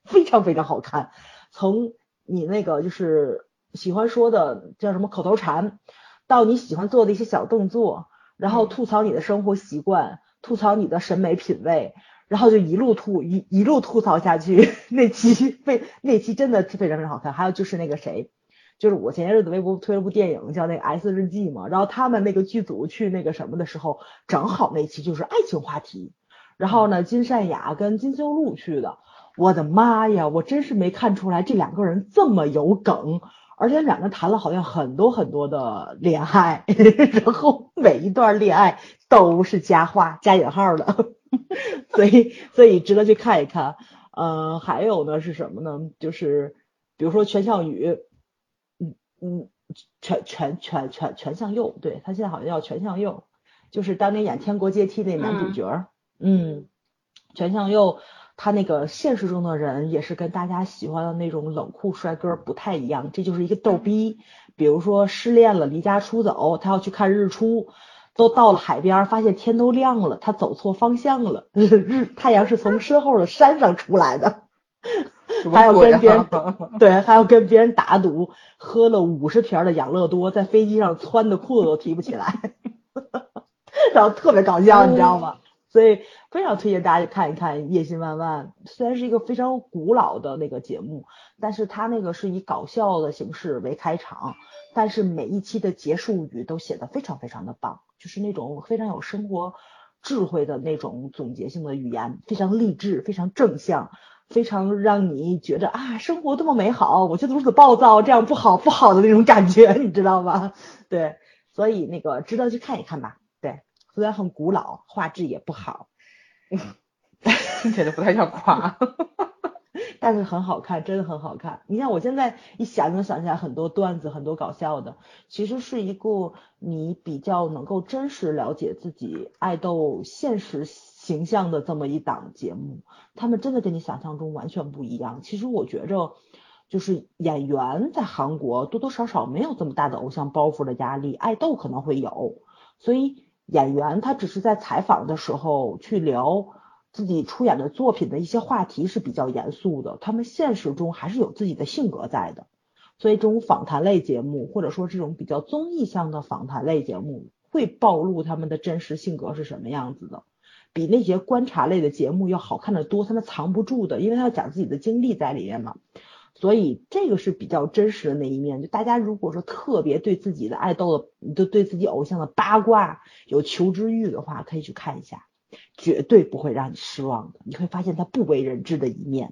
非常非常好看。从你那个就是喜欢说的叫什么口头禅，到你喜欢做的一些小动作，然后吐槽你的生活习惯，吐槽你的审美品味，然后就一路吐槽下去。那期真的非常非常好看。还有就是那个谁，就是我前些日子微博推了部电影叫那个 S 日记嘛，然后他们那个剧组去那个什么的时候，正好那期就是爱情话题，然后呢金善雅跟金秀露去的。我的妈呀，我真是没看出来这两个人这么有梗，而且两个人谈了好像很多很多的恋爱，然后每一段恋爱都是佳话加引号的，所以值得去看一看。还有呢是什么呢？就是比如说全相宇，嗯，全相佑，对，他现在好像叫全相佑，就是当年演《天国阶梯》那男主角。全相佑他那个现实中的人也是跟大家喜欢的那种冷酷帅哥不太一样，这就是一个逗逼。比如说失恋了，离家出走，他要去看日出，都到了海边，发现天都亮了，他走错方向了，太阳是从身后的山上出来的。还要跟别人对，还要跟别人打赌，喝了50瓶的养乐多，在飞机上穿的裤子都提不起来，然后特别搞笑，你知道吗？所以非常推荐大家去看一看《叶心万万》，虽然是一个非常古老的那个节目，但是它那个是以搞笑的形式为开场，但是每一期的结束语都写得非常非常的棒，就是那种非常有生活智慧的那种总结性的语言，非常励志，非常正向，非常让你觉得啊，生活多么美好，我就如此暴躁，这样不好的那种感觉，你知道吗？对，所以那个值得去看一看吧。对，虽然很古老，画质也不好， 听起来就不太像夸。 但是很好看，真的很好看。你看我现在一想就想起来很多段子，很多搞笑的，其实是一个你比较能够真实了解自己爱豆现实形象的这么一档节目。他们真的跟你想象中完全不一样。其实我觉着就是演员在韩国多多少少没有这么大的偶像包袱的压力，爱豆可能会有，所以演员他只是在采访的时候去聊自己出演的作品的一些话题是比较严肃的，他们现实中还是有自己的性格在的，所以这种访谈类节目或者说这种比较综艺向的访谈类节目会暴露他们的真实性格是什么样子的，比那些观察类的节目要好看得多，他们藏不住的，因为他要讲自己的经历在里面嘛，所以这个是比较真实的那一面。就大家如果说特别对自己的爱豆的对自己偶像的八卦有求知欲的话，可以去看一下，绝对不会让你失望的，你会发现他不为人知的一面。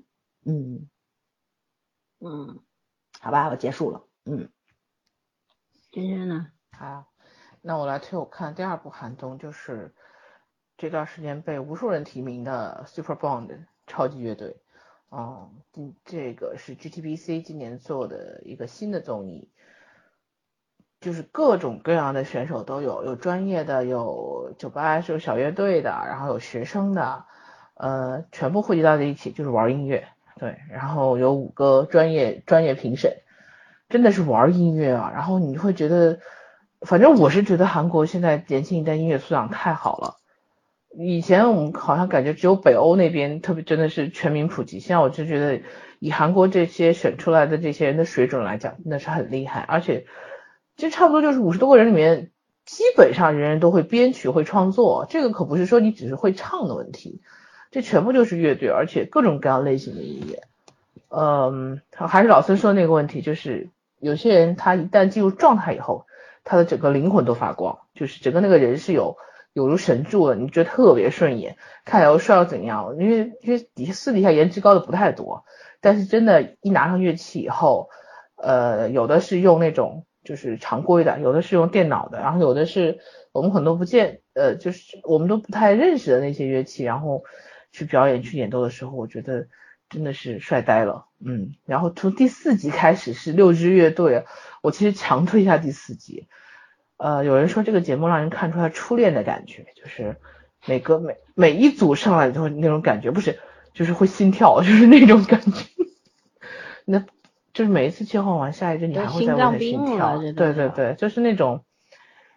好吧，我结束了。 娟娟呢？ 好，那我来推我看第二部韩综，就是这段时间被无数人提名的 Super Bond 超级乐队。这个是 GTBC 今年做的一个新的综艺，就是各种各样的选手都有，有专业的，有酒吧是有小乐队的，然后有学生的，全部汇集到在一起就是玩音乐。对，然后有5个专业评审，真的是玩音乐啊。然后你会觉得，反正我是觉得韩国现在年轻一代音乐素养太好了。以前我们好像感觉只有北欧那边特别真的是全民普及，现在我就觉得以韩国这些选出来的这些人的水准来讲，真的是很厉害。而且就差不多就是50多个人里面，基本上人人都会编曲会创作，这个可不是说你只是会唱的问题，这全部就是乐队，而且各种各样类型的音乐。还是老孙说的那个问题，就是有些人他一旦进入状态以后，他的整个灵魂都发光，就是整个那个人是有如神助的，你觉得特别顺眼，看起来又帅又怎样，因为私底下颜值高的不太多，但是真的一拿上乐器以后，有的是用那种就是常规的，有的是用电脑的，然后有的是我们很多就是我们都不太认识的那些乐器，然后去表演去演奏的时候，我觉得真的是帅呆了。然后从第4集开始是6支乐队，我其实强推一下第4集。有人说这个节目让人看出来初恋的感觉，就是每一组上来就会那种感觉，不是就是会心跳，就是那种感觉。那就是每一次切换完下一支你还会再为他心跳。对，就是那种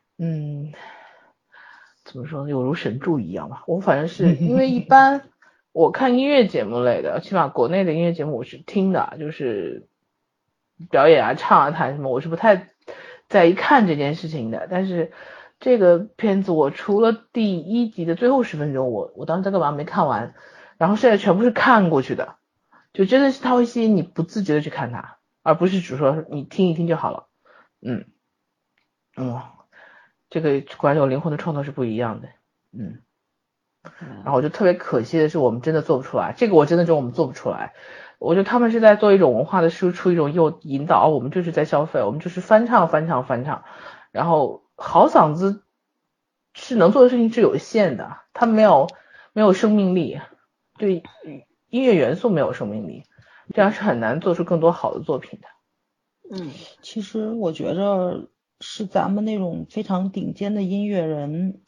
怎么说呢，有如神助一样吧。我反正是因为一般我看音乐节目类的，起码国内的音乐节目我是听的，就是表演啊、唱啊、弹什么，我是不太在意看这件事情的。但是这个片子我除了第一集的最后10分钟，我当时在干嘛没看完，然后剩下全部是看过去的，就真的是它会吸引你不自觉的去看它，而不是只说你听一听就好了。这个果然有灵魂的创作是不一样的。然后我就特别可惜的是我们真的做不出来，这个我真的觉得我们做不出来。我觉得他们是在做一种文化的输出，一种又引导，我们就是在消费，我们就是翻唱，然后好嗓子是能做的事情是有限的，它没有生命力，对音乐元素没有生命力，这样是很难做出更多好的作品的。 其实我觉着是咱们那种非常顶尖的音乐人，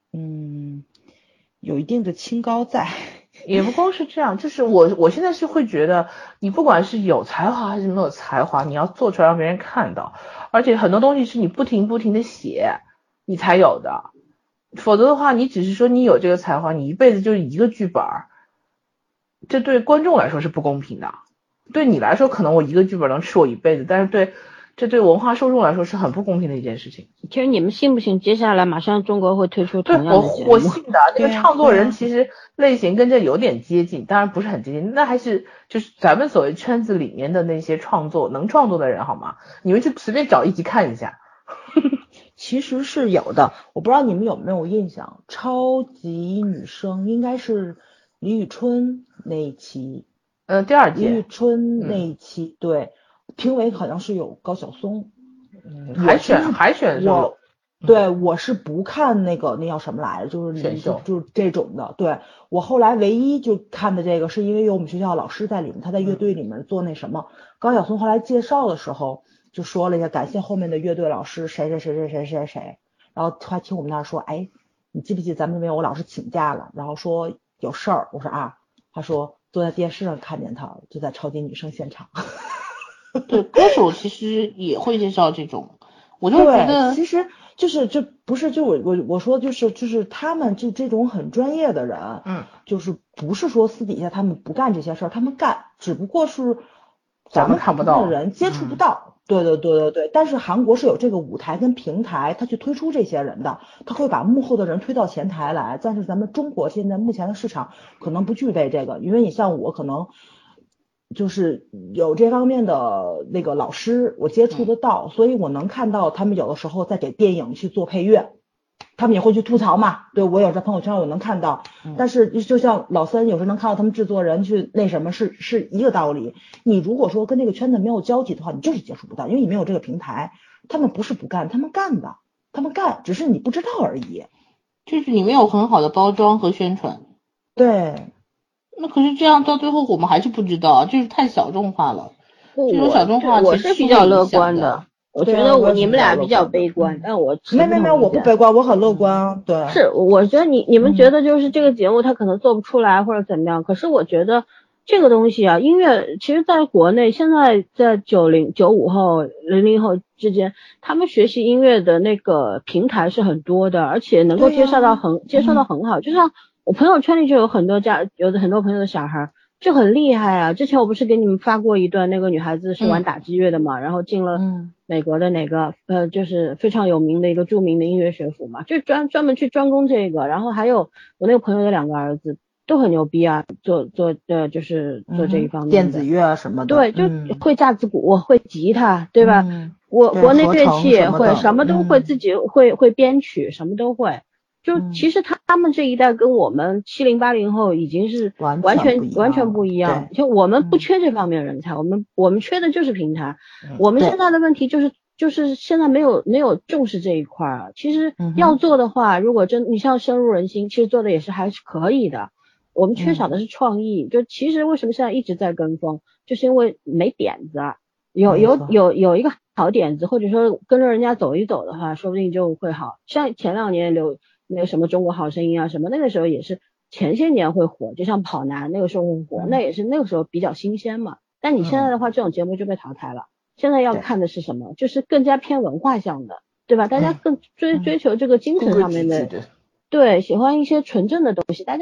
有一定的清高在。 也不光是这样，就是我现在是会觉得，你不管是有才华还是没有才华，你要做出来让别人看到，而且很多东西是你不停的写，你才有的。否则的话，你只是说你有这个才华，你一辈子就一个剧本，这对观众来说是不公平的。对你来说，可能我一个剧本能吃我一辈子，但是这对文化受众来说是很不公平的一件事情。 其实你们信不信，接下来马上中国会推出同样的节目？ 我信的，这个创作人其实类型跟这有点接近，当然不是很接近，那还是就是咱们所谓圈子里面的那些能创作的人好吗？你们去随便找一集看一下。 其实是有的，我不知道你们有没有印象，超级女声应该是李宇春那一期， 第二届李宇春那一期，对，评委好像是有高晓松， 海选我对，我是不看那叫什么来着，就是选秀， 就是这种的。对，我后来唯一就看的这个，是因为有我们学校老师在里面，他在乐队里面做那什么。高晓松后来介绍的时候就说了一下，感谢后面的乐队老师谁，然后他听我们那儿说，哎，你记不记得咱们这边我老师请假了，然后说有事儿，我说啊，他说坐在电视上看见他就在超级女声现场。 对，歌手其实也会介绍这种，我就觉得其实就不是就我说就是他们这种很专业的人，就是不是说私底下他们不干这些事儿，他们干，只不过是咱们看不到的人接触不到。对，但是韩国是有这个舞台跟平台，他去推出这些人的，他会把幕后的人推到前台来。但是咱们中国现在目前的市场可能不具备这个，因为你像我可能就是有这方面的那个老师，我接触得到，所以我能看到他们有的时候在给电影去做配乐，他们也会去吐槽嘛。对，我有在朋友圈我能看到，但是就像老三有时候能看到他们制作人去那什么是一个道理。你如果说跟这个圈子没有交集的话，你就是接触不到，因为你没有这个平台。他们不是不干，他们干的，他们干，只是你不知道而已。 就是你没有很好的包装和宣传。 对。 那可是这样到最后我们还是不知道，就是太小众化了。这种小众化我是比较乐观的。 我觉得你们俩比较悲观，但我没有，我不悲观，我很乐观。对， 是我觉得你们觉得就是这个节目它可能做不出来或者怎么样，可是我觉得这个东西啊，音乐其实在国内现在在95后、00后之间，他们学习音乐的那个平台是很多的，而且能够接受到很好。就像我朋友圈里就有很多很多朋友的小孩就很厉害啊。之前我不是给你们发过一段那个女孩子是玩打击乐的嘛，然后进了美国的哪个就是非常有名的一个著名的音乐学府嘛，就专门去专攻这个。然后还有我那个朋友的2个儿子都很牛逼啊，就是做这一方面的电子乐什么的。 对，就会架子鼓，会吉他，对吧？国内乐器也会，什么都会，自己会编曲，什么都会。就其实他们这一代跟我们70、80后已经是完全不一样。就我们不缺这方面的人才，我们缺的就是平台。我们现在的问题就是现在没有重视这一块啊。其实要做的话，如果你像深入人心，其实做的也是还是可以的。我们缺少的是创意。就其实为什么现在一直在跟风，就是因为没点子啊。有一个好点子，或者说跟着人家走一走的话，说不定就会好。像前2年那个什么中国好声音啊什么，那个时候也是前些年会火，就像跑男那个时候会火，那也是那个时候比较新鲜嘛。但你现在的话，这种节目就被淘汰了。现在要看的是什么？就是更加偏文化向的，对吧？大家更追求这个精神上面的，对，喜欢一些纯正的东西。大家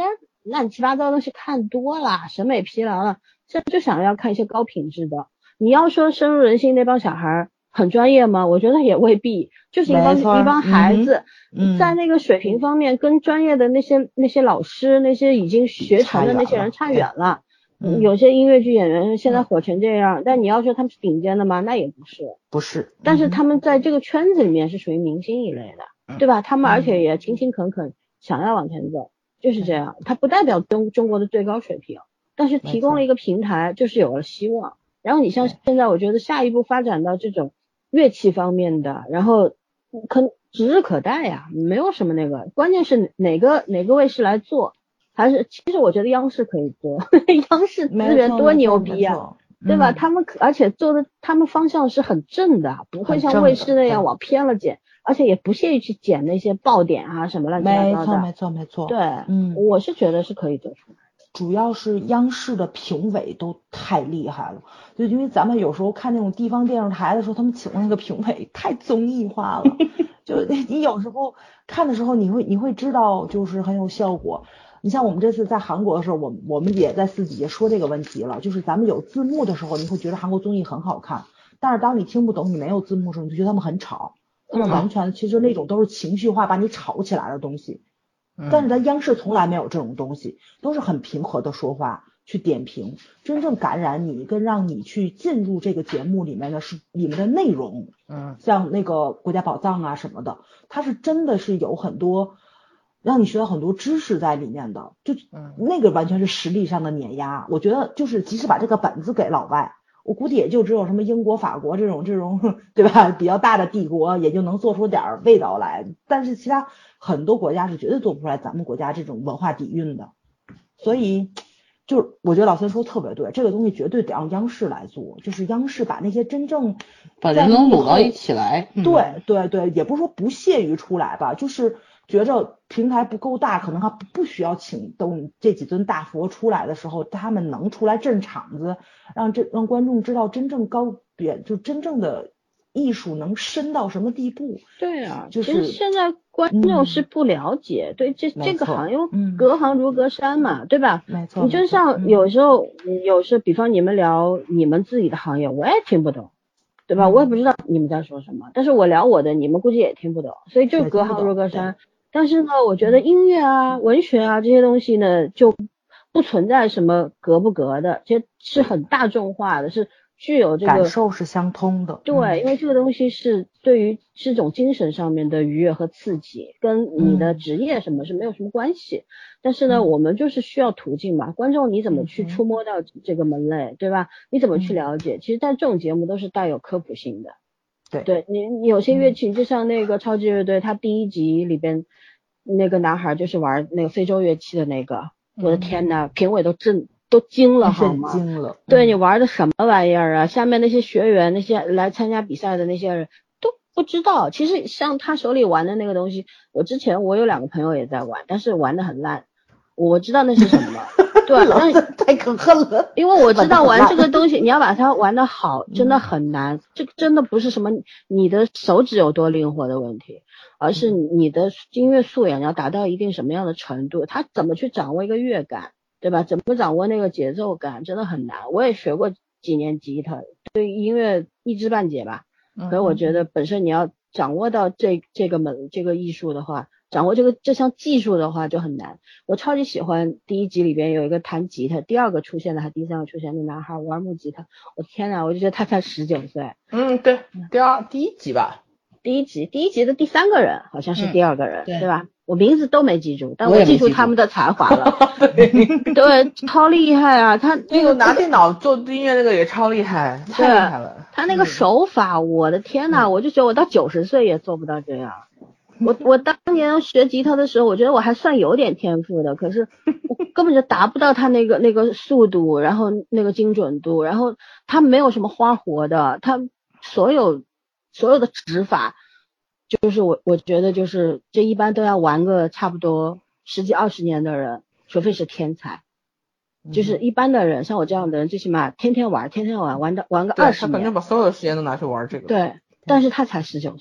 乱七八糟的东西看多了，审美疲劳了，现在就想要看一些高品质的。你要说深入人心那帮小孩很专业吗？我觉得也未必，就是一帮孩子，在那个水平方面跟专业的那些老师，那些已经学成的那些人差远了。有些音乐剧演员现在火成这样，但你要说他们是顶尖的吗？那也不是。但是他们在这个圈子里面是属于明星一类的，对吧？他们而且也勤勤恳恳，想要往前走，就是这样。它不代表中国的最高水平，但是提供了一个平台，就是有了希望。然后你像现在，我觉得下一步发展到这种乐器方面的，然后指日可待呀，没有什么那个，关键是哪个卫视来做。还是，其实我觉得央视可以做，央视资源多牛逼啊，对吧？他们而且做的，他们方向是很正的，不会像卫视那样往偏了剪，而且也不屑于去剪那些爆点啊什么乱七八糟的。没错。对，我是觉得是可以做出来的。 主要是央视的评委都太厉害了，就因为咱们有时候看那种地方电视台的时候，他们请那个评委太综艺化了，就你有时候看的时候，你会知道就是很有效果。你像我们这次在韩国的时候，我们也在私底下说这个问题了，就是咱们有字幕的时候，你会觉得韩国综艺很好看，但是当你听不懂，你没有字幕的时候，你就觉得他们很吵，他们完全其实那种都是情绪化把你吵起来的东西。但是咱央视从来没有这种东西，都是很平和的说话去点评，真正感染你跟让你去进入这个节目里面的是里面的内容。像那个国家宝藏啊什么的，它是真的是有很多让你学到很多知识在里面的，就那个完全是实力上的碾压。我觉得就是即使把这个本子给老外，我估计也就只有什么英国法国这种对吧比较大的帝国也就能做出点味道来，但是其他很多国家是绝对做不出来咱们国家这种文化底蕴的。所以就是我觉得老三说特别对，这个东西绝对得让央视来做，就是央视把那些真正把人能拢到一起来。 对，也不是说不屑于出来吧，就是觉着平台不够大，可能他不需要请等这几尊大佛出来的时候，他们能出来镇场子，让观众知道真正高点，就真正的艺术能深到什么地步。 对啊， 就是其实现在观众是不了解，对这个行业隔行如隔山嘛，对吧？ 没错。 你就像有时候比方你们聊你们自己的行业，我也听不懂。对吧？我也不知道你们在说什么，但是我聊我的，你们估计也听不懂，所以就隔行如隔山。但是呢，我觉得音乐啊、文学啊这些东西呢，就不存在什么隔不隔的，这是很大众化的，是具有这个感受是相通的。 对，因为这个东西是对于是种精神上面的愉悦和刺激，跟你的职业什么是没有什么关系。但是呢，我们就是需要途径嘛，观众你怎么去触摸到这个门类，对吧？你怎么去了解？其实在这种节目都是带有科普性的。对，你有些乐器，就像那个超级乐队，他第一集里边那个男孩就是玩那个非洲乐器的那个，我的天呐，评委都惊了好吗？ 惊了。 对，你玩的什么玩意儿啊？下面那些学员，那些来参加比赛的那些人都不知道。其实像他手里玩的那个东西，我有2个朋友也在玩，但是玩的很烂。我知道那是什么。对，但太可恨了。 因为我知道玩这个东西，你要把它玩得好，真的很难。这个真的不是什么你的手指有多灵活的问题，而是你的音乐素养要达到一定什么样的程度，他怎么去掌握一个乐感，对吧？怎么掌握那个节奏感，真的很难。我也学过几年吉他，对音乐一知半解吧。可是我觉得本身你要掌握到这个艺术的话，掌握这项技术的话就很难。我超级喜欢第一集里边有一个弹吉他，第2个出现的还第3个出现的男孩玩木吉他，我天哪，我就觉得他才19岁。 对，第一集吧。 第一集的第3个人好像是第2个人，对吧？我名字都没记住，但我记住他们的才华了。对，超厉害啊！他那个拿电脑做音乐那个也超厉害，太厉害了。 他那个手法，我的天哪！我就觉得我到90岁也做不到这样。我当年学吉他的时候，我觉得我还算有点天赋的，可是我根本就达不到他那个速度，然后那个精准度，然后他没有什么花活的，他所有的指法，就是我觉得就是这一般都要玩个差不多10几20年的人，除非是天才。就是一般的人，像我这样的人，最起码天天玩个20年。 他肯定把所有的时间都拿去玩这个。 对，但是他才19岁。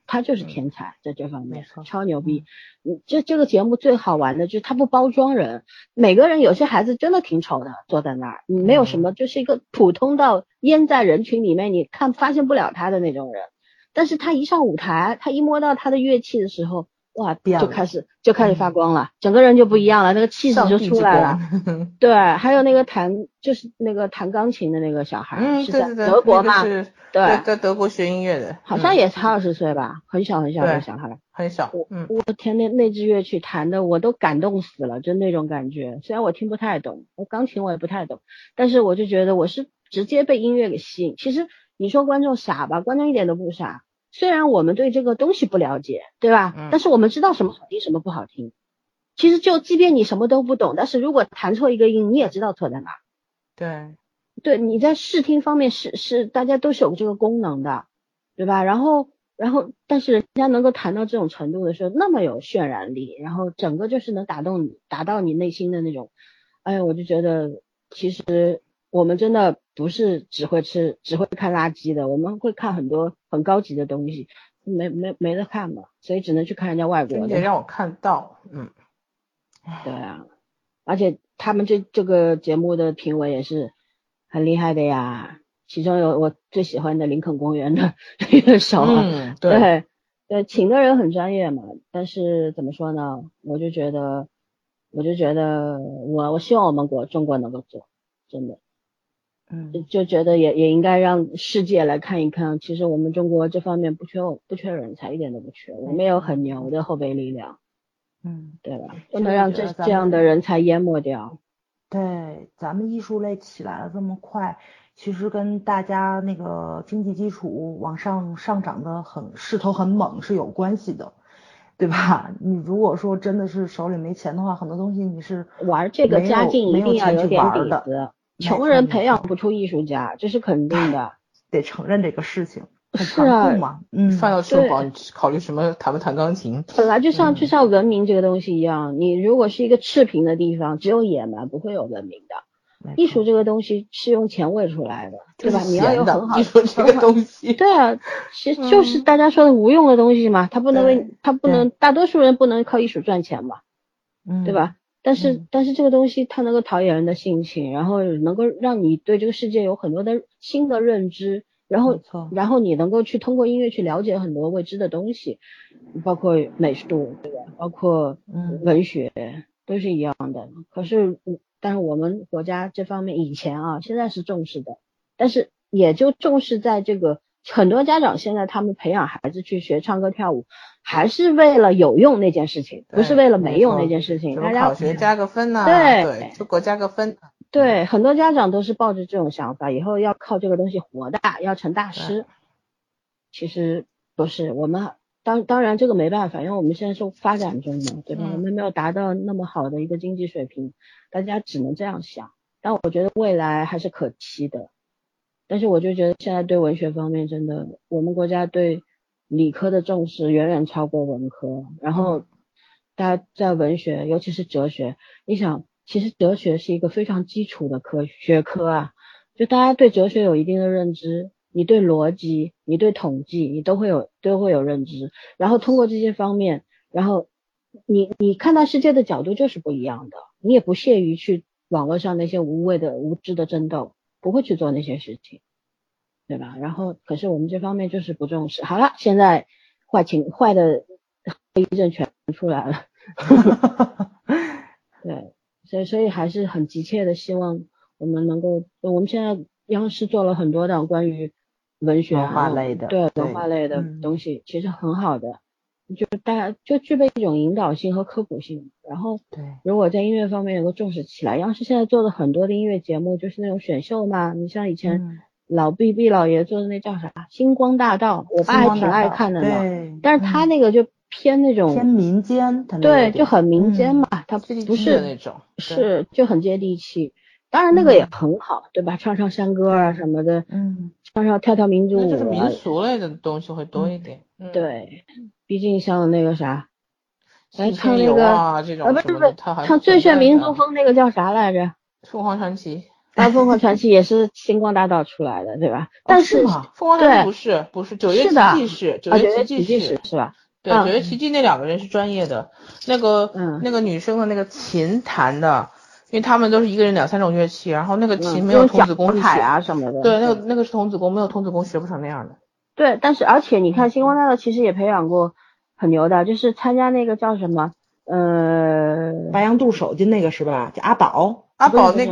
他就是天才在这方面， 没错， 超牛逼。这个节目最好玩的就是他不包装人，每个人有些孩子真的挺丑的，坐在那儿，没有什么，就是一个普通到淹在人群里面，你发现不了他的那种人。但是他一上舞台，他一摸到他的乐器的时候，哇，就开始发光了，整个人就不一样了，那个气质就出来了。对，还有那个就是那个弹钢琴的那个小孩，是在德国嘛？对， 在德国学音乐的， 好像也才20岁吧，很小很小的小孩， 很小。 我天，那支乐器弹的我都感动死了，就那种感觉。虽然我听不太懂，钢琴我也不太懂，但是我就觉得我是直接被音乐给吸引。其实你说观众傻吧，观众一点都不傻。虽然我们对这个东西不了解，对吧？但是我们知道什么好听，什么不好听。其实就即便你什么都不懂，但是如果弹错一个音，你也知道错在哪。对，你在视听方面是大家都是有这个功能的，对吧？然后但是人家能够弹到这种程度的时候，那么有渲染力，然后整个就是能打到你内心的那种。哎，我就觉得其实我们真的不是只会看垃圾的，我们会看很多很高级的东西，没得看嘛，所以只能去看人家外国的。 得让我看到， 对啊，而且他们这个节目的评委也是很厉害的呀，其中有我最喜欢的林肯公园的乐手啊，对，请的人很专业嘛，但是怎么说呢，我就觉得我希望我们中国能够做，真的。就觉得也应该让世界来看一看，其实我们中国这方面不缺人才，一点都不缺，我们有很牛的后备力量，对吧？不能让这样的人才淹没掉。 对，咱们艺术类起来了这么快，其实跟大家那个经济基础往上涨的势头很猛是有关系的，对吧？你如果说真的是手里没钱的话，很多东西你是玩这个家境一定要有点底子。穷人培养不出艺术家，这是肯定的， 得承认这个事情。 是啊， 饭要吃饱，你考虑什么弹不弹钢琴？ 本来就像文明这个东西一样，你如果是一个赤贫的地方，只有野蛮，不会有文明的。艺术这个东西是用钱喂出来的，对吧？你要有很好艺术这个东西， 对啊，其实就是大家说的无用的东西嘛，它不能大多数人不能靠艺术赚钱嘛，对吧？但是这个东西它能够陶冶人的性情，然后能够让你对这个世界有很多的新的认知，然后你能够去通过音乐去了解很多未知的东西，包括美术，对吧？包括文学都是一样的。但是我们国家这方面以前现在是重视的，但是也就重视在这个很多家长现在他们培养孩子去学唱歌跳舞，还是为了有用那件事情，不是为了没用那件事情。大家考学加个分对， 出国加个分。 对，很多家长都是抱着这种想法，以后要靠这个东西活大，要成大师。其实不是，我们当然这个没办法，因为我们现在是发展中嘛，对吧？我们没有达到那么好的一个经济水平，大家只能这样想。但我觉得未来还是可期的。但是我就觉得现在对文学方面真的，我们国家对理科的重视远远超过文科。然后大家在文学，尤其是哲学，你想，其实哲学是一个非常基础的学科啊，就大家对哲学有一定的认知，你对逻辑，你对统计，你都会有认知。然后通过这些方面，然后你看待世界的角度就是不一样的，你也不屑于去网络上那些无谓的无知的争斗。不会去做那些事情，对吧？然后可是我们这方面就是不重视。好了，现在坏的黑症全出来了。对，所以还是很急切的希望我们能够，我们现在央视做了很多的关于文学文化类的， 对文化类的东西，其实很好的，就大家就具备一种引导性和科普性。然后如果在音乐方面能够重视起来，央视现在做的很多的音乐节目就是那种选秀嘛，你像以前老毕老爷做的那叫啥星光大道，我爸还挺爱看的呢。但是他那个就偏那种偏民间， 对，就很民间嘛，他不是那种， 是就很接地气。当然那个也很好，对吧？唱唱山歌啊什么的，唱跳民族舞， 就是民俗类的东西会多一点。 对，毕竟像那个啥，来唱那个不是唱最炫民族风那个叫啥来着？ 凤凰传奇。 凤凰传奇也是星光大道出来的，对吧？但是凤凰传奇不是九月奇迹是九月奇迹是吧？ 对，九月奇迹那2个人是专业的，那个女生的那个琴弹的，因为他们都是一个人2-3种乐器，然后那个琴没有童子功彩啊什么的。 对，那个是童子功，没有童子功学不成那样的。 对，但是而且你看星光大道其实也培养过很牛的，就是参加那个叫什么白羊渡手就那个是吧？叫阿宝那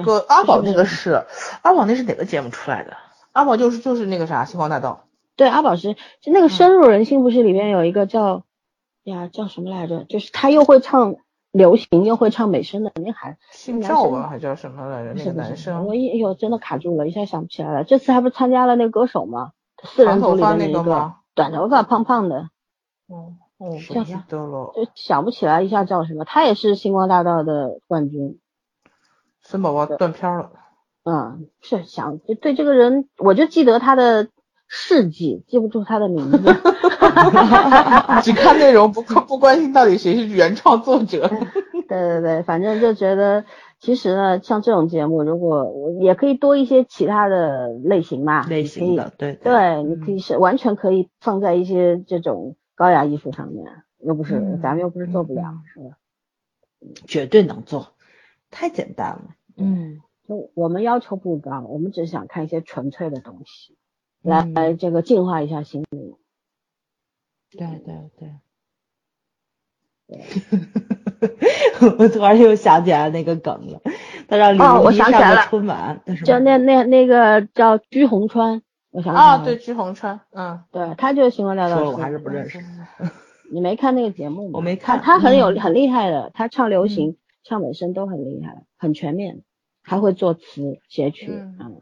是哪个节目出来的？阿宝就是那个啥星光大道。 对，阿宝是就那个深入人心，不是里面有一个叫什么来着？就是他又会唱流行又会唱美声的那孩， 姓赵吧还叫什么来着？那个男生。 我真的卡住了，一下想不起来了。这次还不是参加了那个歌手吗？4人组里的那个短头发胖胖的。 不记得了， 就想不起来一下叫什么。他也是星光大道的冠军。 孙宝宝断片了。 是想就对这个人，我就记得他的事迹，记不住他的名字。 只看内容，不关心到底谁是原创作者。 对，反正就觉得其实呢，像这种节目，如果我也可以多一些其他的类型嘛， 类型的，对， 你可以是完全可以放在一些这种高雅艺术上面，咱们又不是做不了，是吧？ 绝对能做，太简单了。 就我们要求不高，我们只是想看一些纯粹的东西，来这个净化一下心灵。 对。我突然又想起来那个梗了，他让李如一上了春晚， 就那个叫居鸿川，我想起来了。 对，居鸿川， 对，他就是星光大道。 说我还是不认识。 你没看那个节目吗？ 我没看。 他很厉害的，他唱流行、唱美声都很厉害，很全面，还会作词写曲。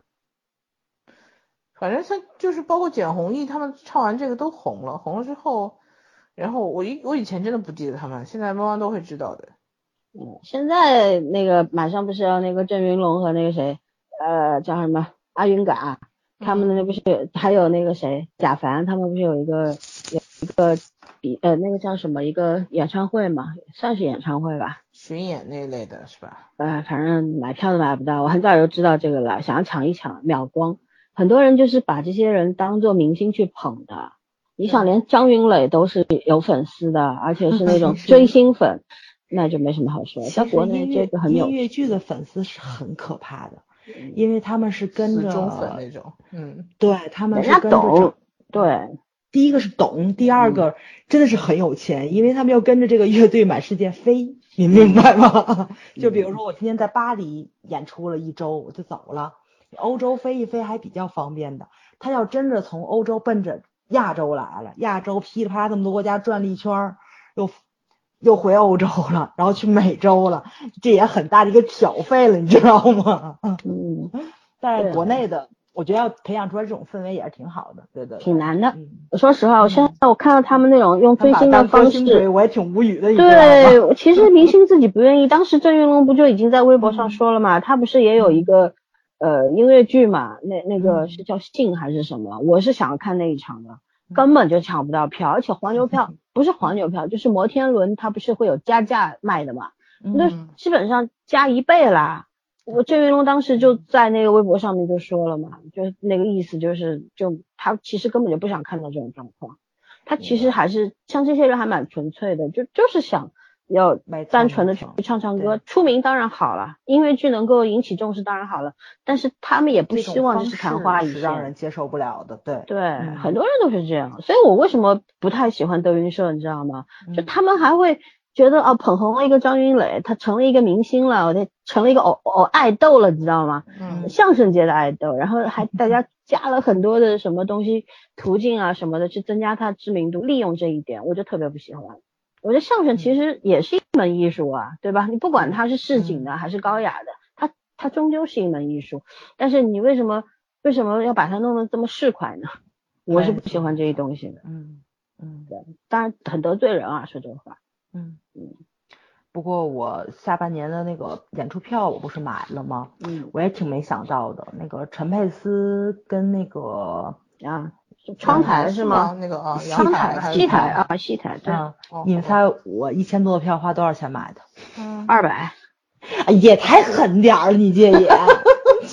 反正他就是包括简弘毅他们唱完这个都红了之后，然后我以前真的不记得他们，现在慢慢都会知道的。 现在那个马上不是要那个郑云龙和那个谁叫什么阿云嘎，他们的那不是还有那个谁贾凡，他们不是有一个那个叫什么一个演唱会嘛，算是演唱会吧， 巡演那类的是吧？ 反正买票都买不到，我很早就知道这个了，想要抢一抢秒光。很多人就是把这些人当做明星去捧的，你想连张云磊都是有粉丝的，而且是那种追星粉，那就没什么好说。在国内这个很有音乐剧的粉丝是很可怕的，因为他们是跟着中粉那种， 对，他们是跟着懂，对， 第一个是懂，第二个真的是很有钱，因为他们要跟着这个乐队满世界飞，你明白吗？就比如说我今天在巴黎演出了1周，我就走了。欧洲飞一飞还比较方便的，他要真的从欧洲奔着亚洲来了，亚洲噼里啪啦这么多国家转了一圈，又回欧洲了，然后去美洲了，这也很大的一个挑费了，你知道吗？但是国内的我觉得要培养出来这种氛围也是挺好的，对， 挺难的。说实话，现在我看到他们那种用追星的方式， 我也挺无语的。 对，其实明星自己不愿意，当时郑云龙不就已经在微博上说了嘛，他不是也有一个音乐剧嘛，那个是叫信还是什么？我是想要看那一场的，根本就抢不到票，而且黄牛票不是黄牛票，就是摩天轮，它不是会有加价卖的嘛？那基本上加1倍啦。我郑云龙当时就在那个微博上面就说了嘛，就那个意思就他其实根本就不想看到这种状况，他其实还是像这些人还蛮纯粹的，就是想要单纯的去唱歌，出名当然好了，音乐剧能够引起重视当然好了，但是他们也不希望就是昙花一现， 让人接受不了的，对， 很多人都是这样，所以我为什么不太喜欢德云社，你知道吗？就他们还会觉得捧红了一个张云磊，他成了一个明星了，我成了一个爱豆了，你知道吗？相声界的爱豆，然后还大家加了很多的什么东西途径啊什么的去增加他知名度，利用这一点我就特别不喜欢。我觉得相声其实也是一门艺术啊，对吧？你不管它是市井的还是高雅的，它终究是一门艺术。但是你为什么要把它弄得这么市侩呢？我是不喜欢这些东西的。对，当然很得罪人啊，说这话。 不过我下半年的那个演出票我不是买了吗？我也挺没想到的，那个陈佩斯跟那个窗台是吗？ 那个窗台戏台戏台对。 你们猜我1000多的票花多少钱买的？ 200。 也太狠点了，你这也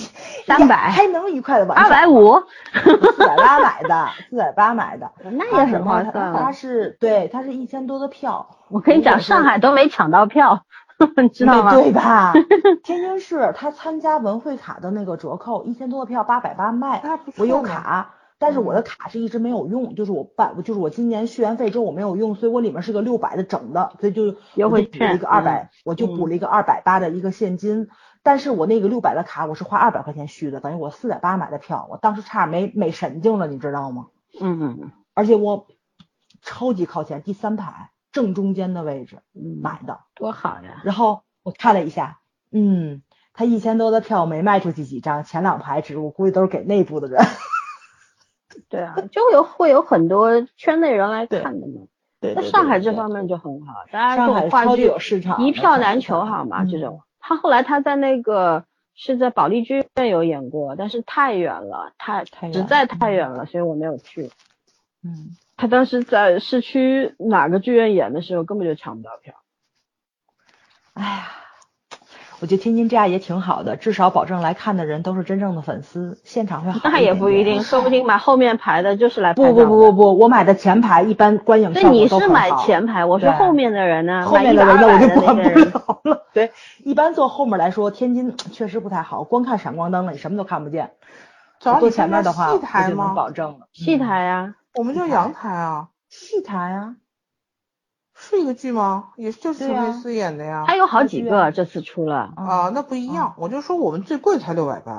300， 还能愉快的玩 ，250，480 买的，480买的， 那也很划算了。 它是1000多的票。 我跟你讲，上海都没抢到票，你知道吗？ 对吧？天津市他参加文汇卡的那个折扣，1000多的票880卖，我有卡。但是我的卡是一直没有用，就是我今年续完费之后我没有用，所以我里面是个600的整的，所以就优惠券补了一个200，我就补了一个280的一个现金。但是我那个600的卡我是花200块钱续的，等于我480买的票，我当时差点没神经了，你知道吗？而且我超级靠前，第3排正中间的位置买的， 多好呀！ 然后我看了一下，他1000多的票没卖出去几张，前2排我估计都是给内部的人。 对啊，就会有很多圈内人来看的嘛。 对， 在上海这方面就很好，大家做话剧有市场， 一票难求，好吗？这种，后来他在那个是在保利剧院有演过，但是太远了，实在太远了，所以我没有去。他当时在市区哪个剧院演的时候，根本就抢不到票。 哎呀。我觉得天津这样也挺好的，至少保证来看的人都是真正的粉丝，现场会好一点。 那也不一定，说不定买后面排的就是来拍。 不，我买的前排一般观影效果都很好。 你是买前排，我是后面的人呢。 后面的人我就管不了了。对，一般坐后面来说，天津确实不太好，光看闪光灯了，你什么都看不见。坐前面的话，我就能保证了。 戏台呀， 我们叫阳台啊。 戏台啊。 是一个剧吗？也就是陈佩斯演的呀。 他有好几个，这次出了啊，那不一样。我就说我们最贵才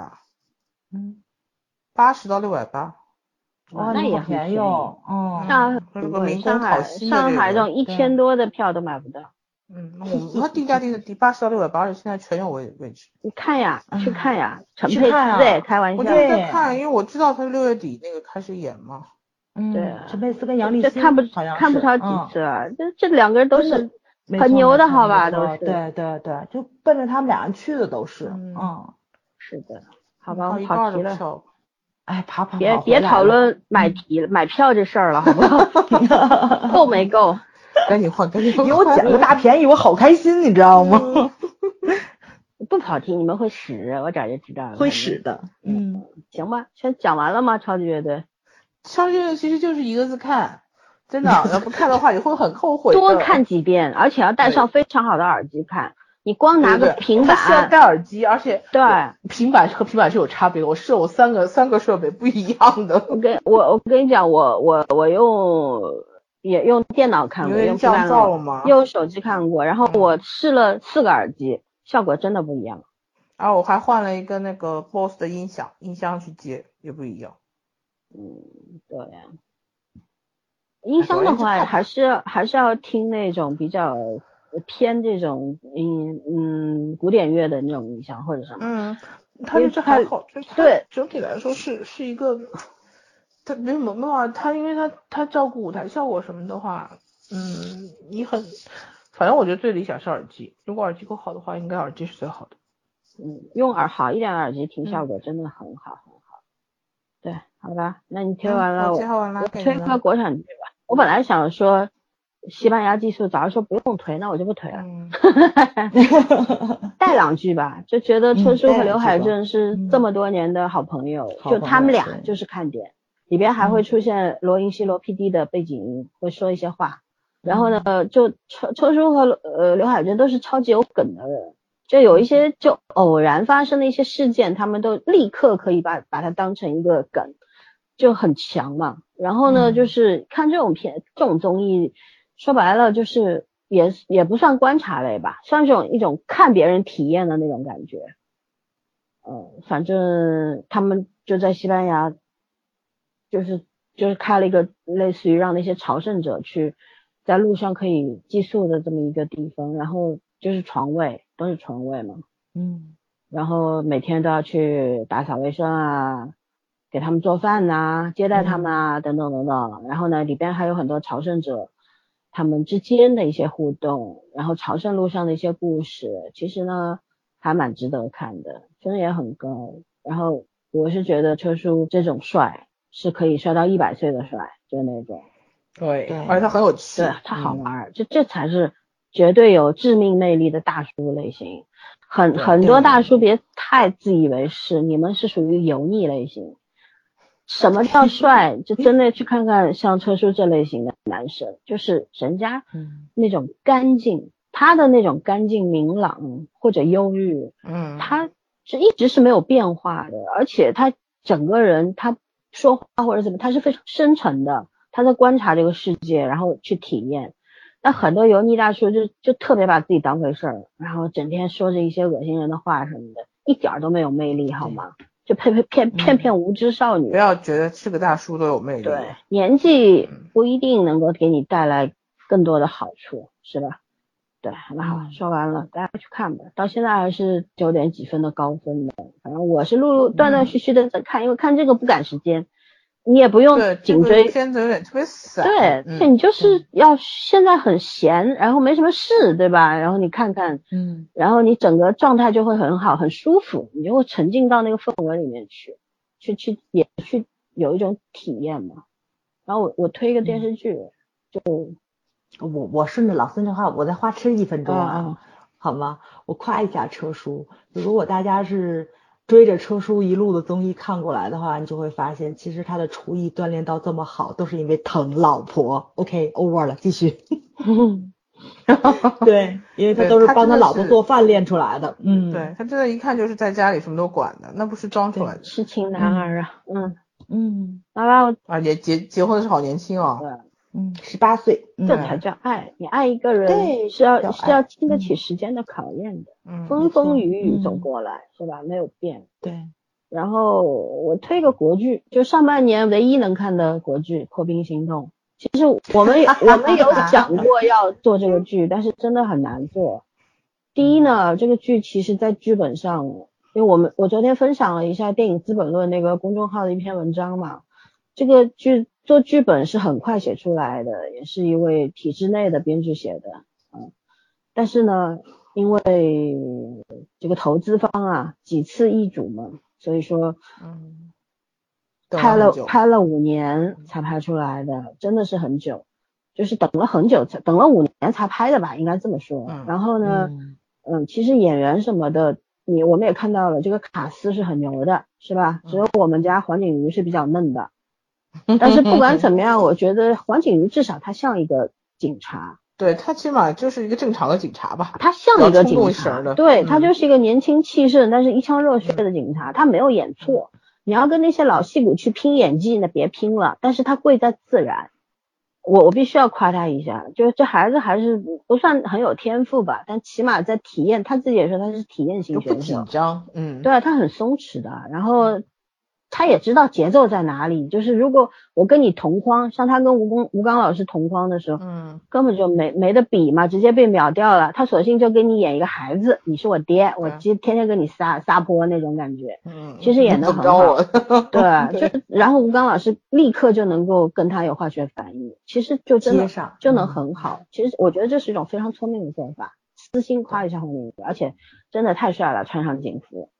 680。80到680。 哇，那也很便宜哦。 这个民工讨薪的上海这种1000多的票都买不到。 嗯， 他定价定的80到680，现在全有位置。 你看呀，去看呀，陈佩斯哎，开玩笑。 我就是在看，因为我知道他6月底那个开始演嘛。 对， 陈佩斯跟杨丽欣看不着几次啊，这2个人都是很牛的，好吧，都是。 对，就奔着他们俩人去的都是。 是的，好吧，我跑题了。 哎，跑别讨论买票这事儿了，好不好？够没够？ 赶紧换，给我捡个大便宜，我好开心，你知道吗？ 不跑题，你们会使，我早就知道了。 会使的。 行吧，先讲完了吗？超级乐队。 超级乐队其实就是一个字看，真的，要不看的话你会很后悔。 多看几遍，而且要戴上非常好的耳机看。你光拿个平板， 需要戴耳机，而且对平板和平板是有差别的。我三个设备不一样的。 我跟你讲，我也用电脑看过，用降噪了吗？ 用手机看过，然后我试了4个耳机，效果真的不一样。 然后我还换了一个那个 BOSS 的音箱去接，也不一样。 对呀。音箱的话，还是要听那种比较偏这种古典乐的那种音箱或者什么。 它这还好， 对， 整体来说是一个，它没有办法，它因为它照顾舞台效果什么的话，反正我觉得最理想是耳机，如果耳机够好的话，应该耳机是最好的。 用好一点的耳机听效果真的很好很好。对，好吧，那你推完了，我推个国产剧吧。我本来想说西班牙技术，早上说不用推，那我就不推了。带2句吧，就觉得车叔和刘海镇是这么多年的好朋友，就他们俩就是看点。里边还会出现罗银熙罗 PD 的背景音，会说一些话。然后呢，就车叔和刘海镇都是超级有梗的人。就有一些就偶然发生的一些事件，他们都立刻可以把它当成一个梗，就很强嘛。然后呢，就是看这种综艺，说白了就是也不算观察类吧，算是一种看别人体验的那种感觉。反正他们就在西班牙，就是开了一个类似于让那些朝圣者去在路上可以寄宿的这么一个地方，然后就是床位。都是床位嘛，然后每天都要去打扫卫生啊，给他们做饭啊，接待他们啊，等等等等。然后呢，里边还有很多朝圣者他们之间的一些互动，然后朝圣路上的一些故事，其实呢还蛮值得看的，分也很高。然后我是觉得车叔这种帅是可以帅到100岁的帅，就那种。 对，而且他很有气， 对，他好玩，这才是绝对有致命魅力的大叔类型。 很多大叔别太自以为是，你们是属于油腻类型。什么叫帅？就真的去看看像车叔这类型的男生，就是人家那种干净，他的那种干净明朗或者忧郁，他是一直是没有变化的，而且他整个人他说话或者怎么，他是非常深沉的，他在观察这个世界，然后去体验。那很多油腻大叔就特别把自己当回事儿，然后整天说着一些恶心人的话什么的，一点都没有魅力，好吗？就骗无知少女。 不要觉得是个大叔都有魅力。 对，年纪不一定能够给你带来更多的好处，是吧？对，那好，说完了，大家去看吧。到现在还是9点几分的高分的，反正我是断断续续的在看，因为看这个不赶时间。你也不用紧追， 片子有点特别散。 对，你就是要现在很闲，然后没什么事，对吧？然后你看看，然后你整个状态就会很好，很舒服，你就会沉浸到那个氛围里面去也去有一种体验嘛。然后我推一个电视剧，就我顺着老孙这话，我再花痴1分钟好吗？我夸一下车叔，如果大家是追着车叔一路的综艺看过来的话，你就会发现其实他的厨艺锻炼到这么好都是因为疼老婆。 OK over 了，继续。对，因为他都是帮他老婆做饭练出来的。 对，他真的一看就是在家里什么都管的，那不是装出来的。 痴情男儿啊。好吧， 也结婚的时候好年轻哦。 18岁， 这才叫爱。你爱一个人是要经得起时间的考验的，风风雨雨走过来，是吧？没有变。 对。 然后我推个国剧，就上半年唯一能看的国剧《破冰行动》。其实我们有讲过要做这个剧，但是真的很难做。第一呢，这个剧其实在剧本上，因为我昨天分享了一下电影资本论那个公众号的一篇文章嘛，这个剧做剧本是很快写出来的，也是一位体制内的编剧写的，但是呢，因为这个投资方啊几次易主嘛，所以说拍了5年才拍出来的，真的是很久，就是等了很久，等了5年才拍的吧，应该这么说。然后呢，其实演员什么的，我们也看到了，这个卡斯是很牛的，是吧？只有我们家黄景瑜是比较嫩的。但是不管怎么样，我觉得黄景瑜至少他像一个警察， 对，他起码就是一个正常的警察吧， 他像一个警察，对，他就是一个年轻气盛但是一腔热血的警察，他没有演错。你要跟那些老戏骨去拼演技，那别拼了，但是他贵在自然。我必须要夸他一下，就是这孩子还是不算很有天赋吧，但起码在体验，他自己也说他是体验型选手， 不紧张， 对啊，他很松弛的，然后他也知道节奏在哪里，就是如果我跟你同框，像他跟吴刚老师同框的时候，根本就没得比嘛，直接被秒掉了。他索性就给你演一个孩子，你是我爹，我天天跟你撒泼那种感觉，其实演得很好。对，就然后吴刚老师立刻就能够跟他有化学反应，其实就真的就能很好。其实我觉得这是一种非常聪明的做法，私心夸一下黄景瑜，而且真的太帅了，穿上警服。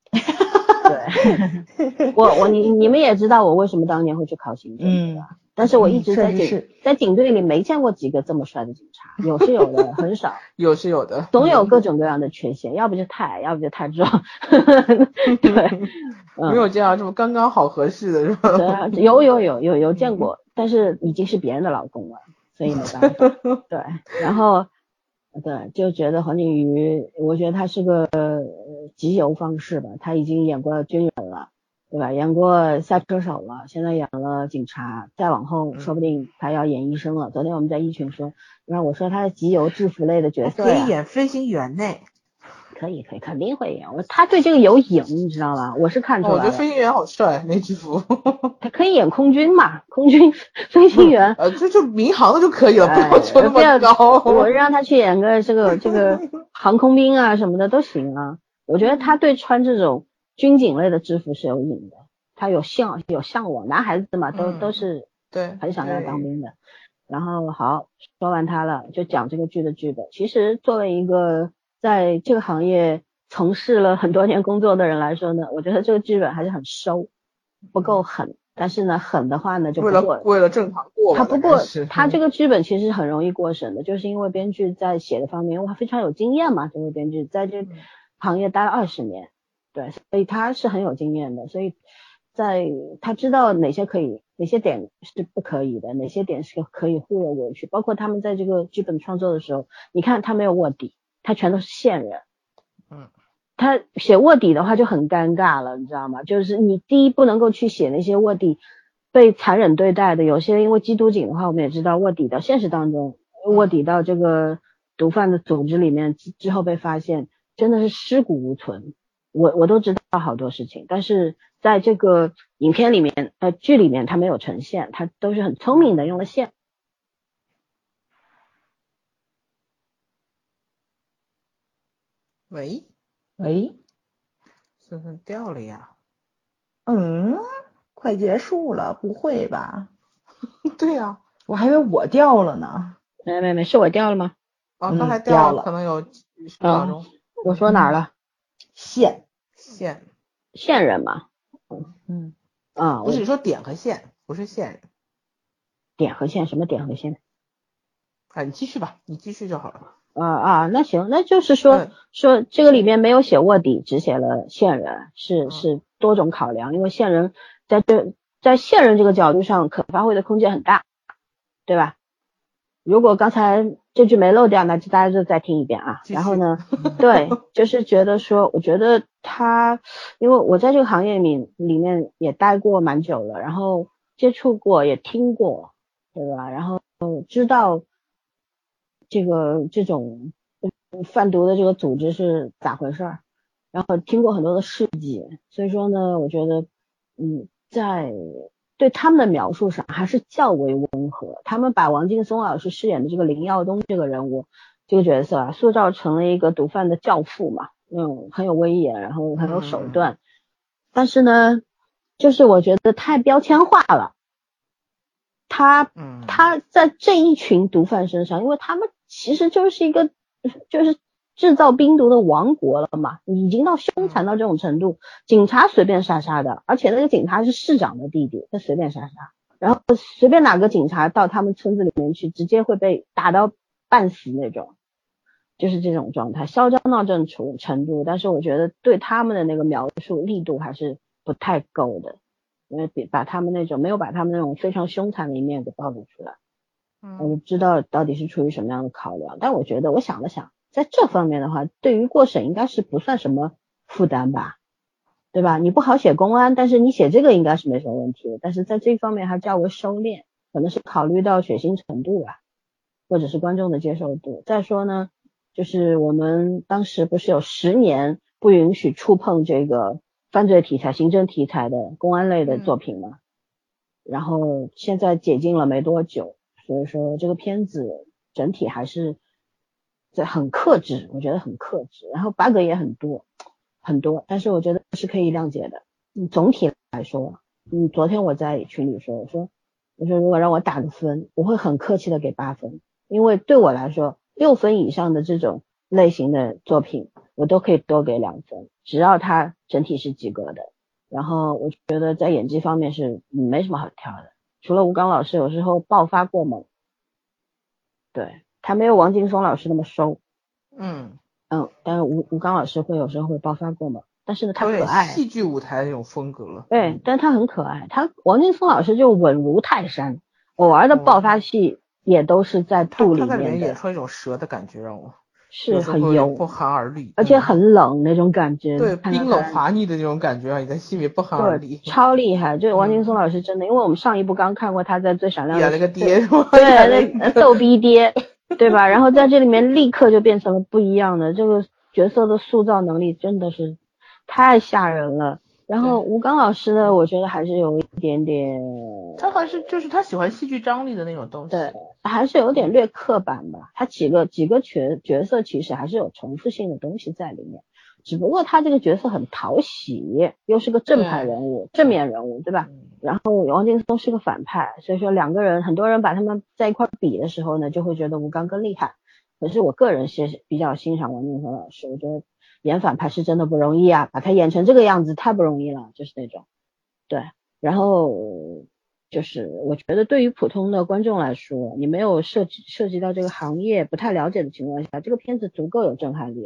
对，你们也知道我为什么当年会去考刑警，对吧？但是我一直在警队里没见过几个这么帅的警察，有是有的，很少。 有是有的， 总有各种各样的缺陷，要不就太矮，要不就太壮。对， 没有见到这么刚刚好合适的是吧？ 对，有见过，但是已经是别人的老公了，所以没办法。对，然后对，就觉得黄景瑜，我觉得他是个集邮方式吧，他已经演过军人了，对吧？演过赛车手了，现在演了警察，再往后说不定他要演医生了。昨天我们在一群说，然后我说他是集邮制服类的角色可以演飞行员呢。 可以，肯定会演。他对这个有瘾，你知道吗？我是看出来了。 我觉得飞行员好帅，那制服。 他可以演空军嘛？空军飞行员。 就民航的就可以了，不要求那么高。 我让他去演个这个航空兵啊什么的都行啊。我觉得他对穿这种军警类的制服是有瘾的，他有向往。男孩子嘛，都是对很想要当兵的。然后好，说完他了，就讲这个剧的剧本。其实作为一个在这个行业从事了很多年工作的人来说呢，我觉得这个剧本还是很收，不够狠。但是呢，狠的话呢就不过为了正常过， 他这个剧本其实很容易过审的，就是因为编剧在写的方面，他非常有经验嘛，这位编剧在行业待了20年，对，所以他是很有经验的，所以他知道哪些可以，哪些点是不可以的，哪些点是可以忽悠过去。包括他们在这个剧本创作的时候，你看他没有卧底，他全都是线人。他写卧底的话就很尴尬了，你知道吗？就是你第一不能够去写那些卧底被残忍对待的，有些因为缉毒警的话，我们也知道卧底到现实当中，卧底到这个毒贩的组织里面之后被发现，真的是尸骨无存。我都知道好多事情，但是在这个影片里面剧里面他没有呈现，他都是很聪明的用了线。 喂，森森掉了呀。 快结束了，不会吧？ 对呀， 我还以为我掉了呢。 没，是我掉了吗？ 刚才掉了， 可能有10秒钟。 我说哪儿了？ 线人嘛。 不是说点和线，不是线人。 点和线，什么点和线？ 你继续吧，你继续就好了。 那行，那就是说这个里面没有写卧底，只写了线人，是多种考量，因为线人在线人这个角度上可发挥的空间很大，对吧？如果刚才这句没漏掉，那就大家就再听一遍啊。然后呢，对，就是觉得说，我觉得他，因为我在这个行业里面也待过蛮久了，然后接触过也听过，对吧？然后知道这种贩毒的这个组织是咋回事儿，然后听过很多的事迹，所以说呢，我觉得在对他们的描述上还是较为温和。他们把王劲松老师饰演的这个林耀东这个人物这个角色塑造成了一个毒贩的教父嘛，很有威严，然后很有手段，但是呢就是我觉得太标签化了。他在这一群毒贩身上，因为他们其实就是制造冰毒的王国了嘛，已经到凶残到这种程度，警察随便杀杀的，而且那个警察是市长的弟弟，他随便杀杀，然后随便哪个警察到他们村子里面去，直接会被打到半死那种，就是这种状态，嚣张到这种程度。但是我觉得对他们的那个描述力度还是不太够的，因为把他们那种没有把他们那种非常凶残的一面给暴露出来。我不知道到底是出于什么样的考量，但我觉得我想了想，在这方面的话，对于过审应该是不算什么负担吧，对吧？你不好写公安，但是你写这个应该是没什么问题的，但是在这方面还较为收敛，可能是考虑到血腥程度吧，或者是观众的接受度。再说呢，就是我们当时不是有10年不允许触碰这个犯罪题材、行政题材的公安类的作品嘛，然后现在解禁了没多久，所以说这个片子整体还是很克制，我觉得很克制，然后 bug 也很多，但是我觉得是可以谅解的。总体来说，昨天我在群里说，我说如果让我打个分，我会很客气的给8分，因为对我来说6分以上的这种类型的作品我都可以多给2分，只要它整体是及格的。然后我觉得在演技方面是没什么好挑的，除了吴刚老师有时候爆发过猛，对，他没有王劲松老师那么收，但是吴刚老师有时候会爆发过猛，但是呢他可爱， 戏剧舞台那种风格了。 对，但是他很可爱，王劲松老师就稳如泰山，偶尔的爆发戏也都是在肚里面的。 他在里面演出一种蛇的感觉，让我是很油， 不寒而栗， 而且很冷那种感觉， 对，冰冷滑腻的那种感觉让你在心里不寒而栗， 超厉害。就是王劲松老师真的，因为我们上一部刚看过他在最闪亮的演了个爹是吧？ 对，那逗逼爹，对吧？然后在这里面立刻就变成了不一样的，这个角色的塑造能力真的是太吓人了。然后吴刚老师呢，我觉得还是有一点点， 他还是就是他喜欢戏剧张力的那种东西， 对，还是有点略刻板吧。他几个角色其实还是有重复性的东西在里面，只不过他这个角色很讨喜，又是个正派人物、正面人物，对吧？然后王劲松是个反派，所以说两个人，很多人把他们在一块比的时候呢，就会觉得吴刚更厉害。可是我个人是比较欣赏王劲松老师，我觉得演反派是真的不容易啊，把他演成这个样子太不容易了，就是那种，对。然后就是我觉得对于普通的观众来说，你没有涉及到这个行业不太了解的情况下，这个片子足够有震撼力了。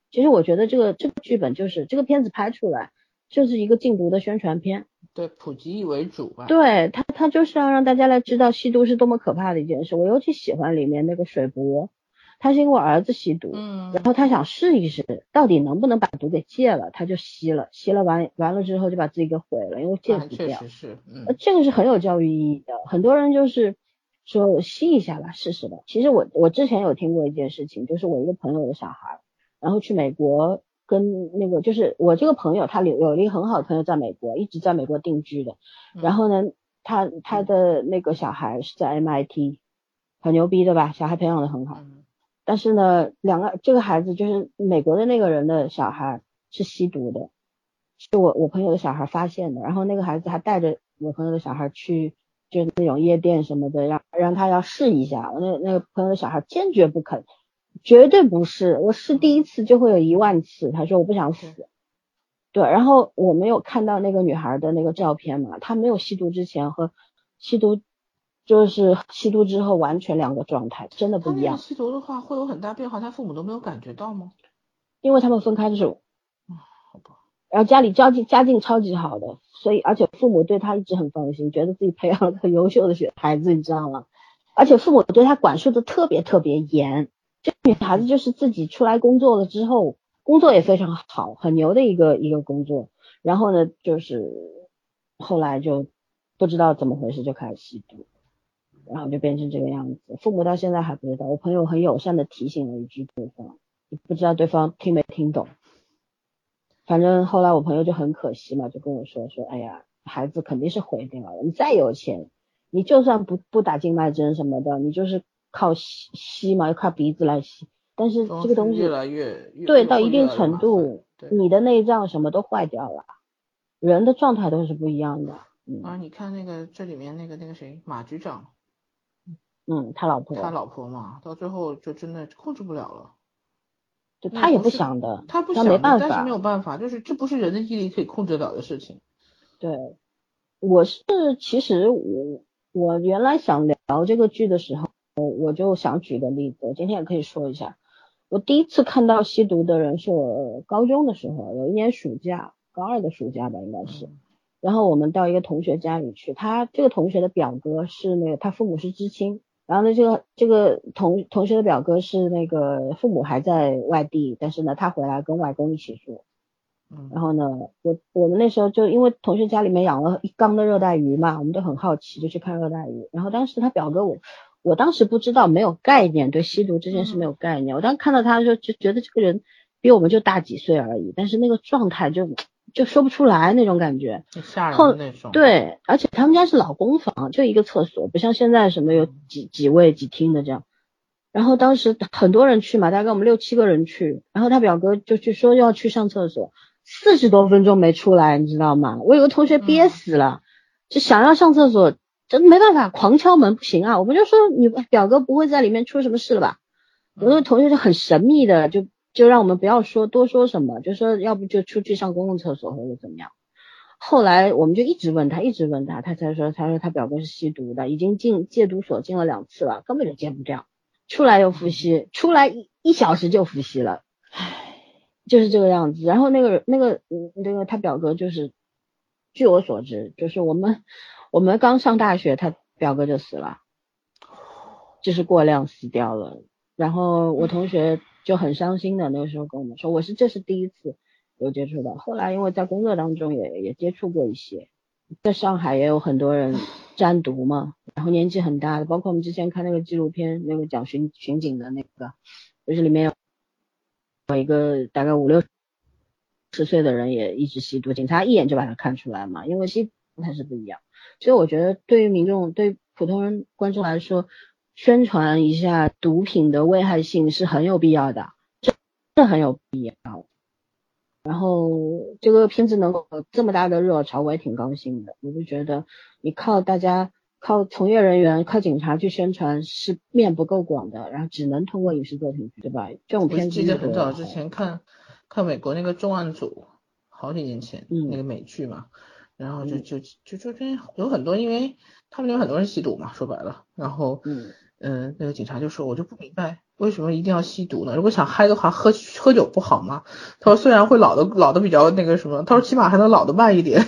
其实我觉得这个剧本就是这个片子拍出来就是一个禁毒的宣传片， 对，普及为主吧。 对，他就是要让大家来知道吸毒是多么可怕的一件事。我尤其喜欢里面那个水伯，他是因为儿子吸毒，然后他想试一试到底能不能把毒给戒了，他就吸了完了之后就把自己给毁了，因为戒不掉。 确实是， 这个是很有教育意义的。很多人就是说我吸一下吧，试试吧。其实我之前有听过一件事情，就是我一个朋友的小孩，然后去美国跟那个就是我这个朋友他有一个很好的朋友在美国，一直在美国定居的，然后呢他的那个小孩是在 MIT， 很牛逼的吧，小孩培养的很好。但是呢这个孩子就是美国的那个人的小孩是吸毒的，是我朋友的小孩发现的，然后那个孩子还带着我朋友的小孩去就是那种夜店什么的，让他要试一下，那个朋友的小孩坚决不肯，绝对不是，我试第一次就会有10000次，他说我不想死。对，然后我没有看到那个女孩的那个照片嘛，她没有吸毒之前和吸毒就是吸毒之后完全两个状态，真的不一样。 吸毒的话会有很大变化，他父母都没有感觉到吗？ 因为他们分开住， 好吧。 然后家里家境超级好的，所以而且父母对他一直很放心，觉得自己培养了很优秀的孩子，你知道吗？而且父母对他管束的特别特别严。这女孩子就是自己出来工作了之后，工作也非常好，很牛的一个工作。然后呢，就是后来就不知道怎么回事就开始吸毒，然后就变成这个样子。父母到现在还不知道。我朋友很友善的提醒了一句对方，不知道对方听没听懂。反正后来我朋友就很可惜嘛，就跟我说哎呀，孩子肯定是毁掉了。你再有钱，你就算不打静脉针什么的，你就是靠吸嘛，靠鼻子来吸。但是这个东西越来越对到一定程度，你的内脏什么都坏掉了，人的状态都是不一样的。 你看那个这里面那个谁马局长， 他老婆嘛，到最后就真的控制不了了。 就他也不想的， 他不想的， 没办法， 但是没有办法，就是这不是人的毅力可以控制了的事情。 对，其实我原来想聊这个剧的时候，我就想举个例子，我今天也可以说一下。我第一次看到吸毒的人是我高中的时候，有一年暑假，高2的暑假吧应该是。然后我们到一个同学家里去，他这个同学的表哥是那个他父母是知青。然后呢，这个同学的表哥是那个父母还在外地，但是呢，他回来跟外公一起住。然后呢，我们那时候就因为同学家里面养了一缸的热带鱼嘛，我们都很好奇，就去看热带鱼。然后当时他表哥我当时不知道，没有概念，对吸毒这件事没有概念。我当时看到他的时候就觉得这个人比我们就大几岁而已，但是那个状态就说不出来那种感觉， 吓人的那种。 对，而且他们家是老公房，就一个厕所，不像现在什么有几卫几厅的这样。然后当时很多人去嘛，大概我们6、7个人去，然后他表哥就去说要去上厕所，40多分钟没出来，你知道吗？我有个同学憋死了，就想要上厕所，真没办法，狂敲门不行啊。我们就说你表哥不会在里面出什么事了吧？我那个同学就很神秘的就让我们不要多说什么，就说要不就出去上公共厕所或者怎么样。后来我们就一直问他，他才说他表哥是吸毒的，已经进戒毒所进了2次了，根本就戒不掉，出来又复吸，出来1小时就复吸了，就是这个样子。然后那个他表哥就是据我所知，就是我们刚上大学他表哥就死了，就是过量死掉了。然后我同学就很伤心的那个时候跟我们说，这是第一次有接触到，后来因为在工作当中也接触过一些，在上海也有很多人沾毒嘛，然后年纪很大的，包括我们之前看那个纪录片，那个讲巡警的那个，就是里面有一个大概50、60岁的人也一直吸毒，警察一眼就把他看出来嘛，因为吸它是不一样。所以我觉得对于民众对普通人观众来说，宣传一下毒品的危害性是很有必要的，这很有必要。然后这个片子能够有这么大的热潮，我也挺高兴的。我就觉得你靠从业人员、靠警察去宣传是面不够广的，然后只能通过影视作品，对吧？这种片子我记得很早之前看美国那个重案组，好几年前那个美剧嘛，然后就边有很多，因为他们有很多人吸毒嘛，说白了，然后那个警察就说，我就不明白为什么一定要吸毒呢？如果想嗨的话，喝酒不好吗？他说虽然会老的比较那个什么，他说起码还能老得慢一点。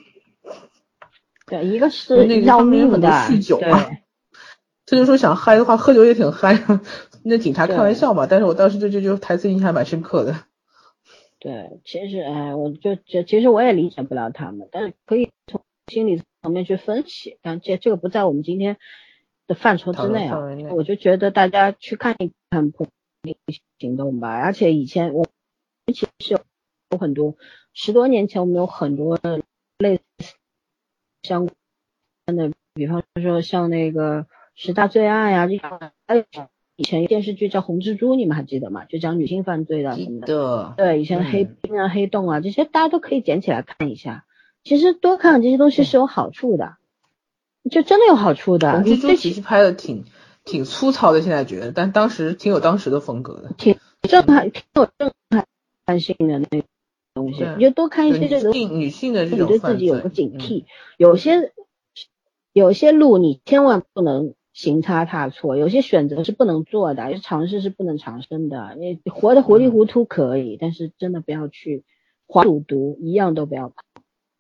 对，一个是要命的， 酗酒嘛。他就说想嗨的话，喝酒也挺嗨。那警察开玩笑嘛，但是我当时就台词印象还蛮深刻的。 对，其实其实我也理解不了他们，但是可以从心理层面去分析，但这个不在我们今天的范畴之内啊。我就觉得大家去看一看破例行动吧，而且以前我其实有很多10多年前我们有很多类似相关的，比方说像那个10大罪案呀，以前电视剧叫《红蜘蛛》，你们还记得吗？就讲女性犯罪的什么的。对，以前黑冰啊、黑洞啊这些，大家都可以捡起来看一下。其实多看这些东西是有好处的，就真的有好处的。 红蜘蛛其实拍的挺粗糙的，现在觉得，但当时挺有当时的风格的， 挺有震撼性的那种东西。你就多看一些这种女性的这种， 你对自己有个警惕。有些路你千万不能行差踏错，有些选择是不能做的，有些尝试是不能尝试的。你活得糊里糊涂可以，但是真的不要去赌毒，一样都不要碰。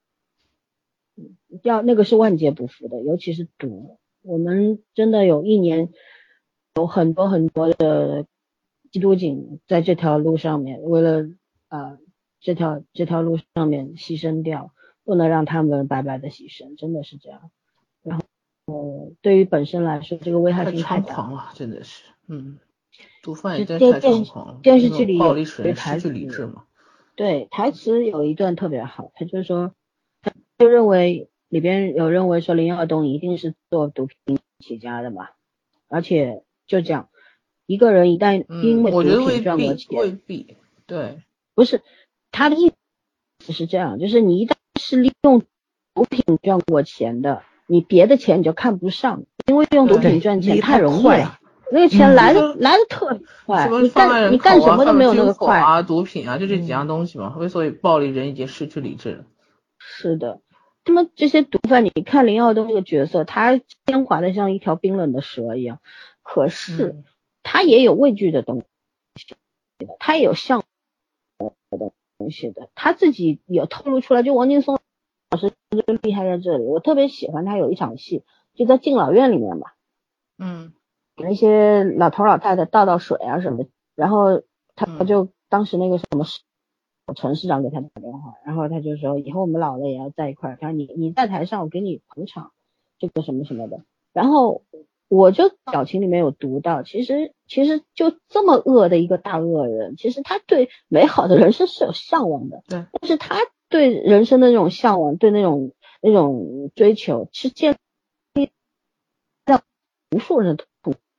那个是万劫不复的，尤其是毒。我们真的有一年有很多很多的缉毒警在这条路上面，为了这条路上面牺牲掉，不能让他们白白的牺牲，真的是这样。然后对于本身来说，这个危害性太大了，真的是，毒贩也真太猖狂了。 电视剧里暴力使人失去理智嘛。 对，台词有一段特别好，他就说，他就认为里边有认为说林耀东一定是做毒品起家的嘛，而且就讲一个人一旦因为毒品赚过钱， 未必，对， 不是他的意思是这样，就是你一旦是利用毒品赚过钱的，你别的钱你就看不上，因为用毒品赚钱太容易了。那个钱来的特别快，你干什么都没有那个快啊，毒品啊，就这几样东西嘛。所以暴力人已经失去理智了。 是的，那么这些毒贩，你看林耀东这个角色，他奸猾的像一条冰冷的蛇一样，可是他也有畏惧的东西，他也有向往的东西的，他自己也透露出来。就王劲松老师就厉害在这里，我特别喜欢他有一场戏，就在敬老院里面嘛。给那些老头老太太倒水啊什么的，然后他就当时那个什么陈市长给他打电话，然后他就说以后我们老了也要在一块儿，他说你在台上我给你捧场，这个什么什么的。然后我就表情里面有读到，其实就这么恶的一个大恶人，其实他对美好的人生是有向往的， 对， 但是他对人生的那种向往，对那种追求是建立在无数人的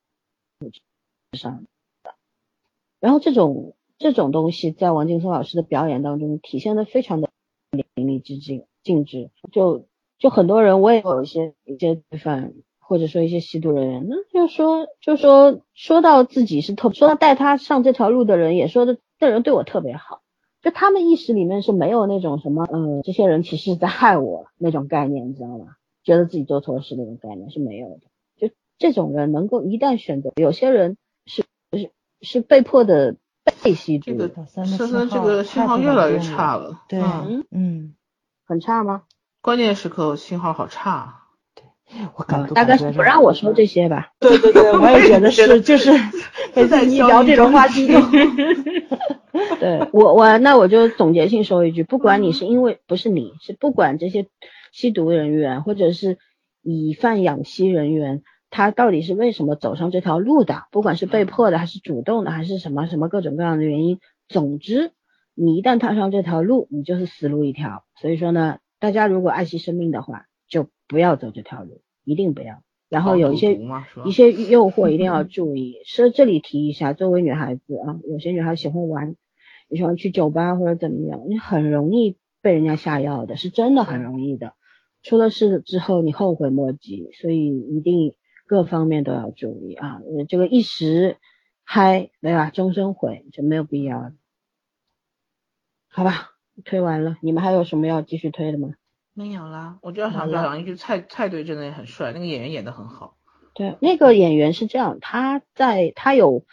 上的，然后这种东西在王劲松老师的表演当中体现的非常的淋漓尽致，就很多人，我也有一些罪犯或者说一些吸毒人员，那就说到自己是说到带他上这条路的人也说的这人对我特别好，就他们意识里面是没有那种什么这些人其实是在害我那种概念，你知道吗？觉得自己做错事那种概念是没有的。就这种人能够一旦选择，有些人是被迫的被吸毒。 这个信号越来越差了。 对， 很差吗？ 关键时刻信号好差。 对，我感大概是不让我说这些吧。 对，我也觉得是，就是每次一聊这种话题就。 对，那我就总结性说一句，不管你是因为不是你是不管这些吸毒人员或者是以贩养吸人员，他到底是为什么走上这条路的，不管是被迫的还是主动的还是什么各种各样的原因，总之你一旦踏上这条路，你就是死路一条。所以说呢，大家如果爱惜生命的话，就不要走这条路，一定不要。然后有一些诱惑一定要注意。是这里提一下，作为女孩子啊，有些女孩喜欢玩，喜欢去酒吧或者怎么样，你很容易被人家下药的，是真的很容易的。出了事之后你后悔莫及，所以一定各方面都要注意啊。这个一时嗨，对吧？终身毁就没有必要。好吧，推完了，你们还有什么要继续推的吗？ 没有啦，我就要想表扬一句，蔡队真的也很帅，那个演员演得很好。 对，那个演员是这样，他有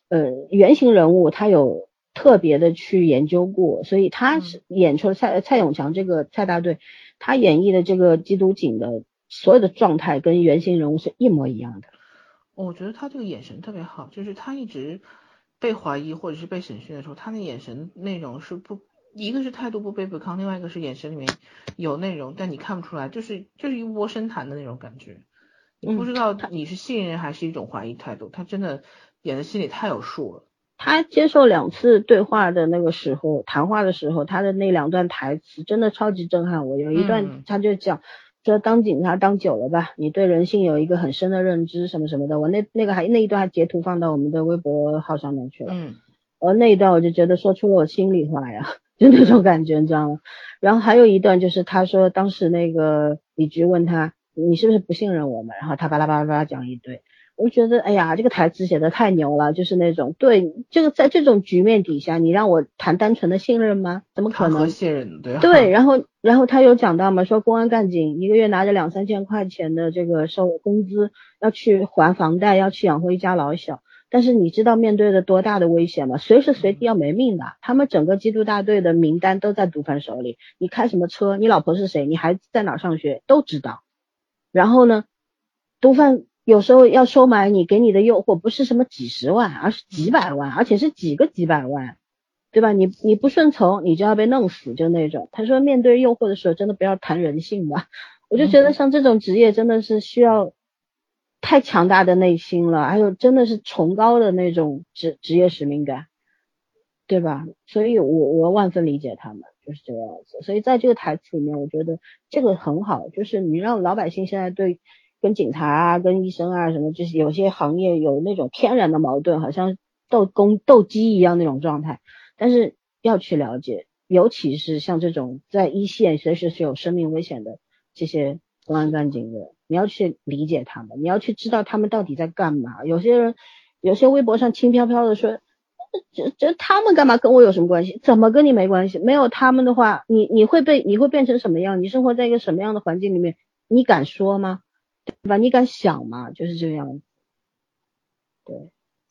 原型人物他有特别的去研究过，所以他是演出了蔡永强这个蔡大队，他演绎的这个缉毒警的所有的状态跟原型人物是一模一样的。 我觉得他这个眼神特别好，就是他一直被怀疑或者是被审讯的时候，他那眼神内容是不，一个是态度不卑不亢，另外一个是眼神里面有内容，但你看不出来，就是一窝深谈的那种感觉，你不知道你是信任还是一种怀疑态度，他真的演的心里太有数了。 他接受2次对话的那个时候，谈话的时候，他的那2段台词真的超级震撼我。有一段他就讲说，当警察当久了吧，你对人性有一个很深的认知什么什么的。我那一段还截图放到我们的微博号上面去了。那一段我就觉得说出了我心里话呀，就那种感觉，你知道吗？然后还有一段就是他说当时那个李局问他，你是不是不信任我们？然后他巴拉巴拉巴拉讲一堆。我觉得哎呀，这个台词写的太牛了，就是那种对这个在这种局面底下，你让我谈单纯的信任吗？怎么可能？ 谈何信任？ 对，然后他有讲到嘛，说公安干警一个月拿着2、3千块钱的这个收工资，要去还房贷，要去养活一家老小，但是你知道面对的多大的危险吗？随时随地要没命的。他们整个缉毒大队的名单都在毒贩手里，你开什么车，你老婆是谁，你孩子在哪儿上学都知道。然后呢，毒贩有时候要收买你，给你的诱惑不是什么几十万，而是几百万，而且是几百万，对吧？你不顺从，你就要被弄死，就那种。他说面对诱惑的时候，真的不要谈人性吧。我就觉得像这种职业真的是需要太强大的内心了，还有真的是崇高的那种职业使命感，对吧？所以我万分理解他们，就是这个样子。所以在这个台词里面，我觉得这个很好，就是你让老百姓现在对跟警察啊、跟医生啊什么，就是有些行业有那种天然的矛盾，好像斗鸡一样那种状态。但是要去了解，尤其是像这种在一线随时是有生命危险的这些公安干警的，你要去理解他们，你要去知道他们到底在干嘛。有些微博上轻飘飘的说，这他们干嘛跟我有什么关系？怎么跟你没关系？没有他们的话，你会变成什么样？你生活在一个什么样的环境里面？你敢说吗？对吧？你敢想吗？就是这样子。对。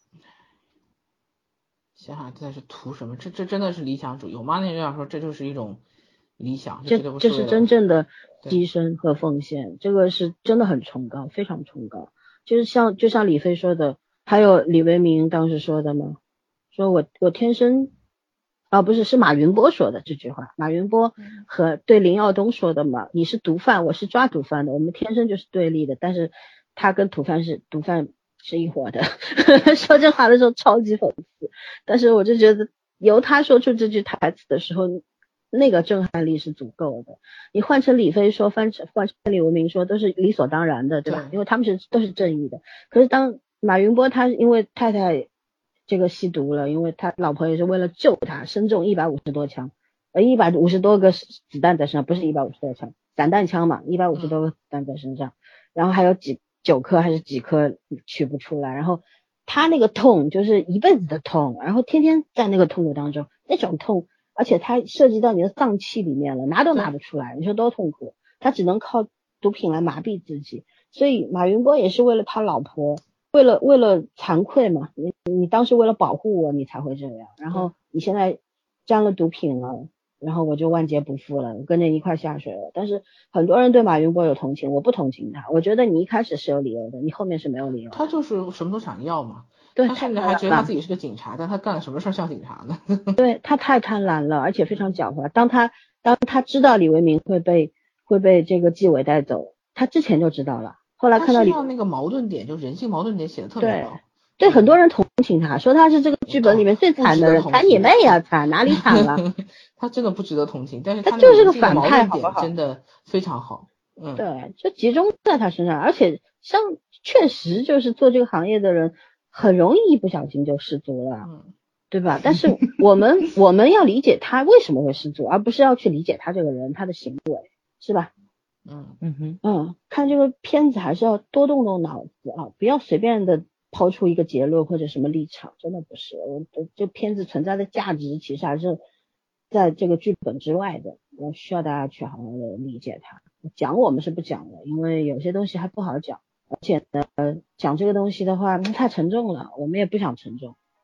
想想真的是图什么？这真的是理想主义。我妈那样说，这就是一种理想， 这是真正的牺牲和奉献，这个是真的很崇高，非常崇高。就像李飞说的，还有李维明当时说的嘛，说我天生，不是马云波说的这句话，马云波和对林耀东说的嘛，你是毒贩，我是抓毒贩的，我们天生就是对立的，但是他跟毒贩是一伙的。说这话的时候超级讽刺，但是我就觉得由他说出这句台词的时候，那个震撼力是足够的。你换成李飞说，换成李文明说，都是理所当然的，对吧？因为他们都是正义的。可是当马云波他因为太太这个吸毒了，因为他老婆也是为了救他，身中150多枪，150多个子弹在身上，不是150多枪，散弹枪嘛，150多个子弹在身上，然后还有9颗还是几颗取不出来，然后他那个痛就是一辈子的痛，然后天天在那个痛苦当中，那种痛，而且它涉及到你的脏器里面了，拿都拿不出来，你说多痛苦，他只能靠毒品来麻痹自己。所以马云波也是为了他老婆，为了惭愧嘛，你当时为了保护我，你才会这样，然后你现在沾了毒品了，然后我就万劫不复了，跟着一块下水了。但是很多人对马云波有同情，我不同情他，我觉得你一开始是有理由的，你后面是没有理由的。 他就是什么都想要嘛， 对， 他甚至还觉得他自己是个警察，但他干了什么事像警察呢？ 对，他太贪婪了，而且非常狡猾。当他知道李维明会被这个纪委带走，他之前就知道了。后来看到那个矛盾点，就人性矛盾点写的特别好。 对，很多人同情他，说他是这个剧本里面最惨的人，惨你妹啊，惨哪里惨了？ 他真的不值得同情，但是他就是个反派，好不好？ 真的非常好。 对，就集中在他身上，而且像确实就是做这个行业的人，很容易一不小心就失足了，对吧？但是我们要理解他为什么会失足，而不是要去理解他这个人他的行为，是吧？看这个片子还是要多动动脑子啊，不要随便的抛出一个结论或者什么立场，真的不是。这片子存在的价值其实还是在这个剧本之外的，我需要大家去好好的理解它。讲我们是不讲的，因为有些东西还不好讲，而且呢，讲这个东西的话太沉重了，我们也不想沉重。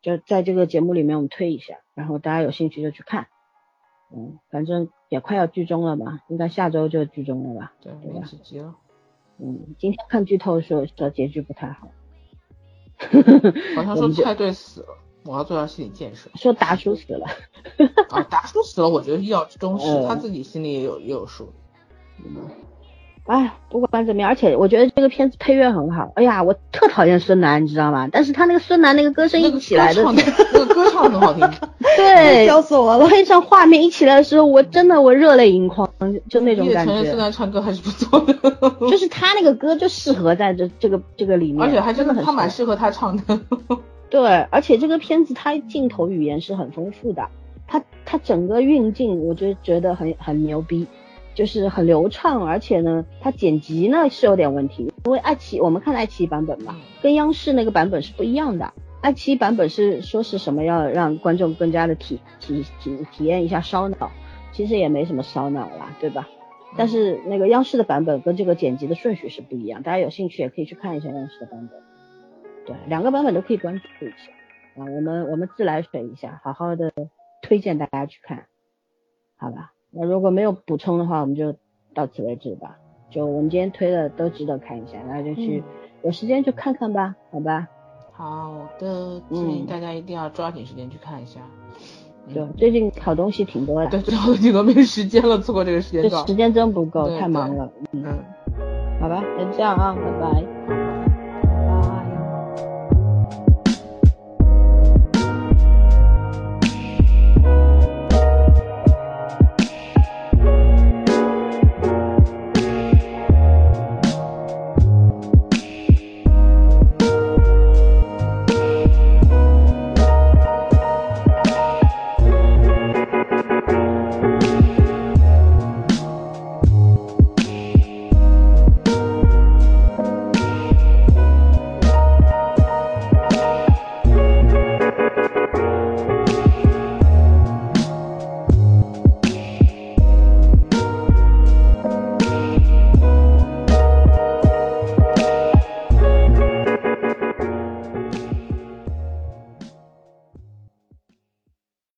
就在这个节目里面我们推一下，然后大家有兴趣就去看。反正也快要剧终了嘛，应该下周就剧终了吧？ 对，没几集了。 今天看剧透说结局不太好。 好像说蔡队死了，我要做下心理建设。 说达叔死了。 啊，达叔死了，我觉得意料之中是，他自己心里也有数。 哎，不管怎么样，而且我觉得这个片子配乐很好。哎呀，我特讨厌孙楠，你知道吗？但是他那个孙楠那个歌声一起来的， 那个歌唱很好听。 对， 笑死我了。 配上画面一起来的时候，我真的热泪盈眶，就那种感觉。 孙楠唱歌还是不错的， 就是他那个歌就适合在这个里面， 而且还真的他蛮适合他唱的。 对，而且这个片子它镜头语言是很丰富的，它整个运镜我就觉得很牛逼。就是很流畅，而且呢，它剪辑呢是有点问题，因为我们看爱奇艺版本嘛，跟央视那个版本是不一样的。爱奇艺版本是说是什么要让观众更加的体验一下烧脑，其实也没什么烧脑啦，对吧？但是那个央视的版本跟这个剪辑的顺序是不一样，大家有兴趣也可以去看一下央视的版本。对，两个版本都可以关注一下啊，我们自来水一下，好好的推荐大家去看，好吧？那如果没有补充的话，我们就到此为止吧。就我们今天推的都值得看一下，大家就去有时间就看看吧，好吧？ 好的，建议大家一定要抓紧时间去看一下。 对，最近好东西挺多的。 对，最近好东西都没时间了，错过这个时间段。 时间真不够，太忙了。 好吧， 那这样啊，拜拜。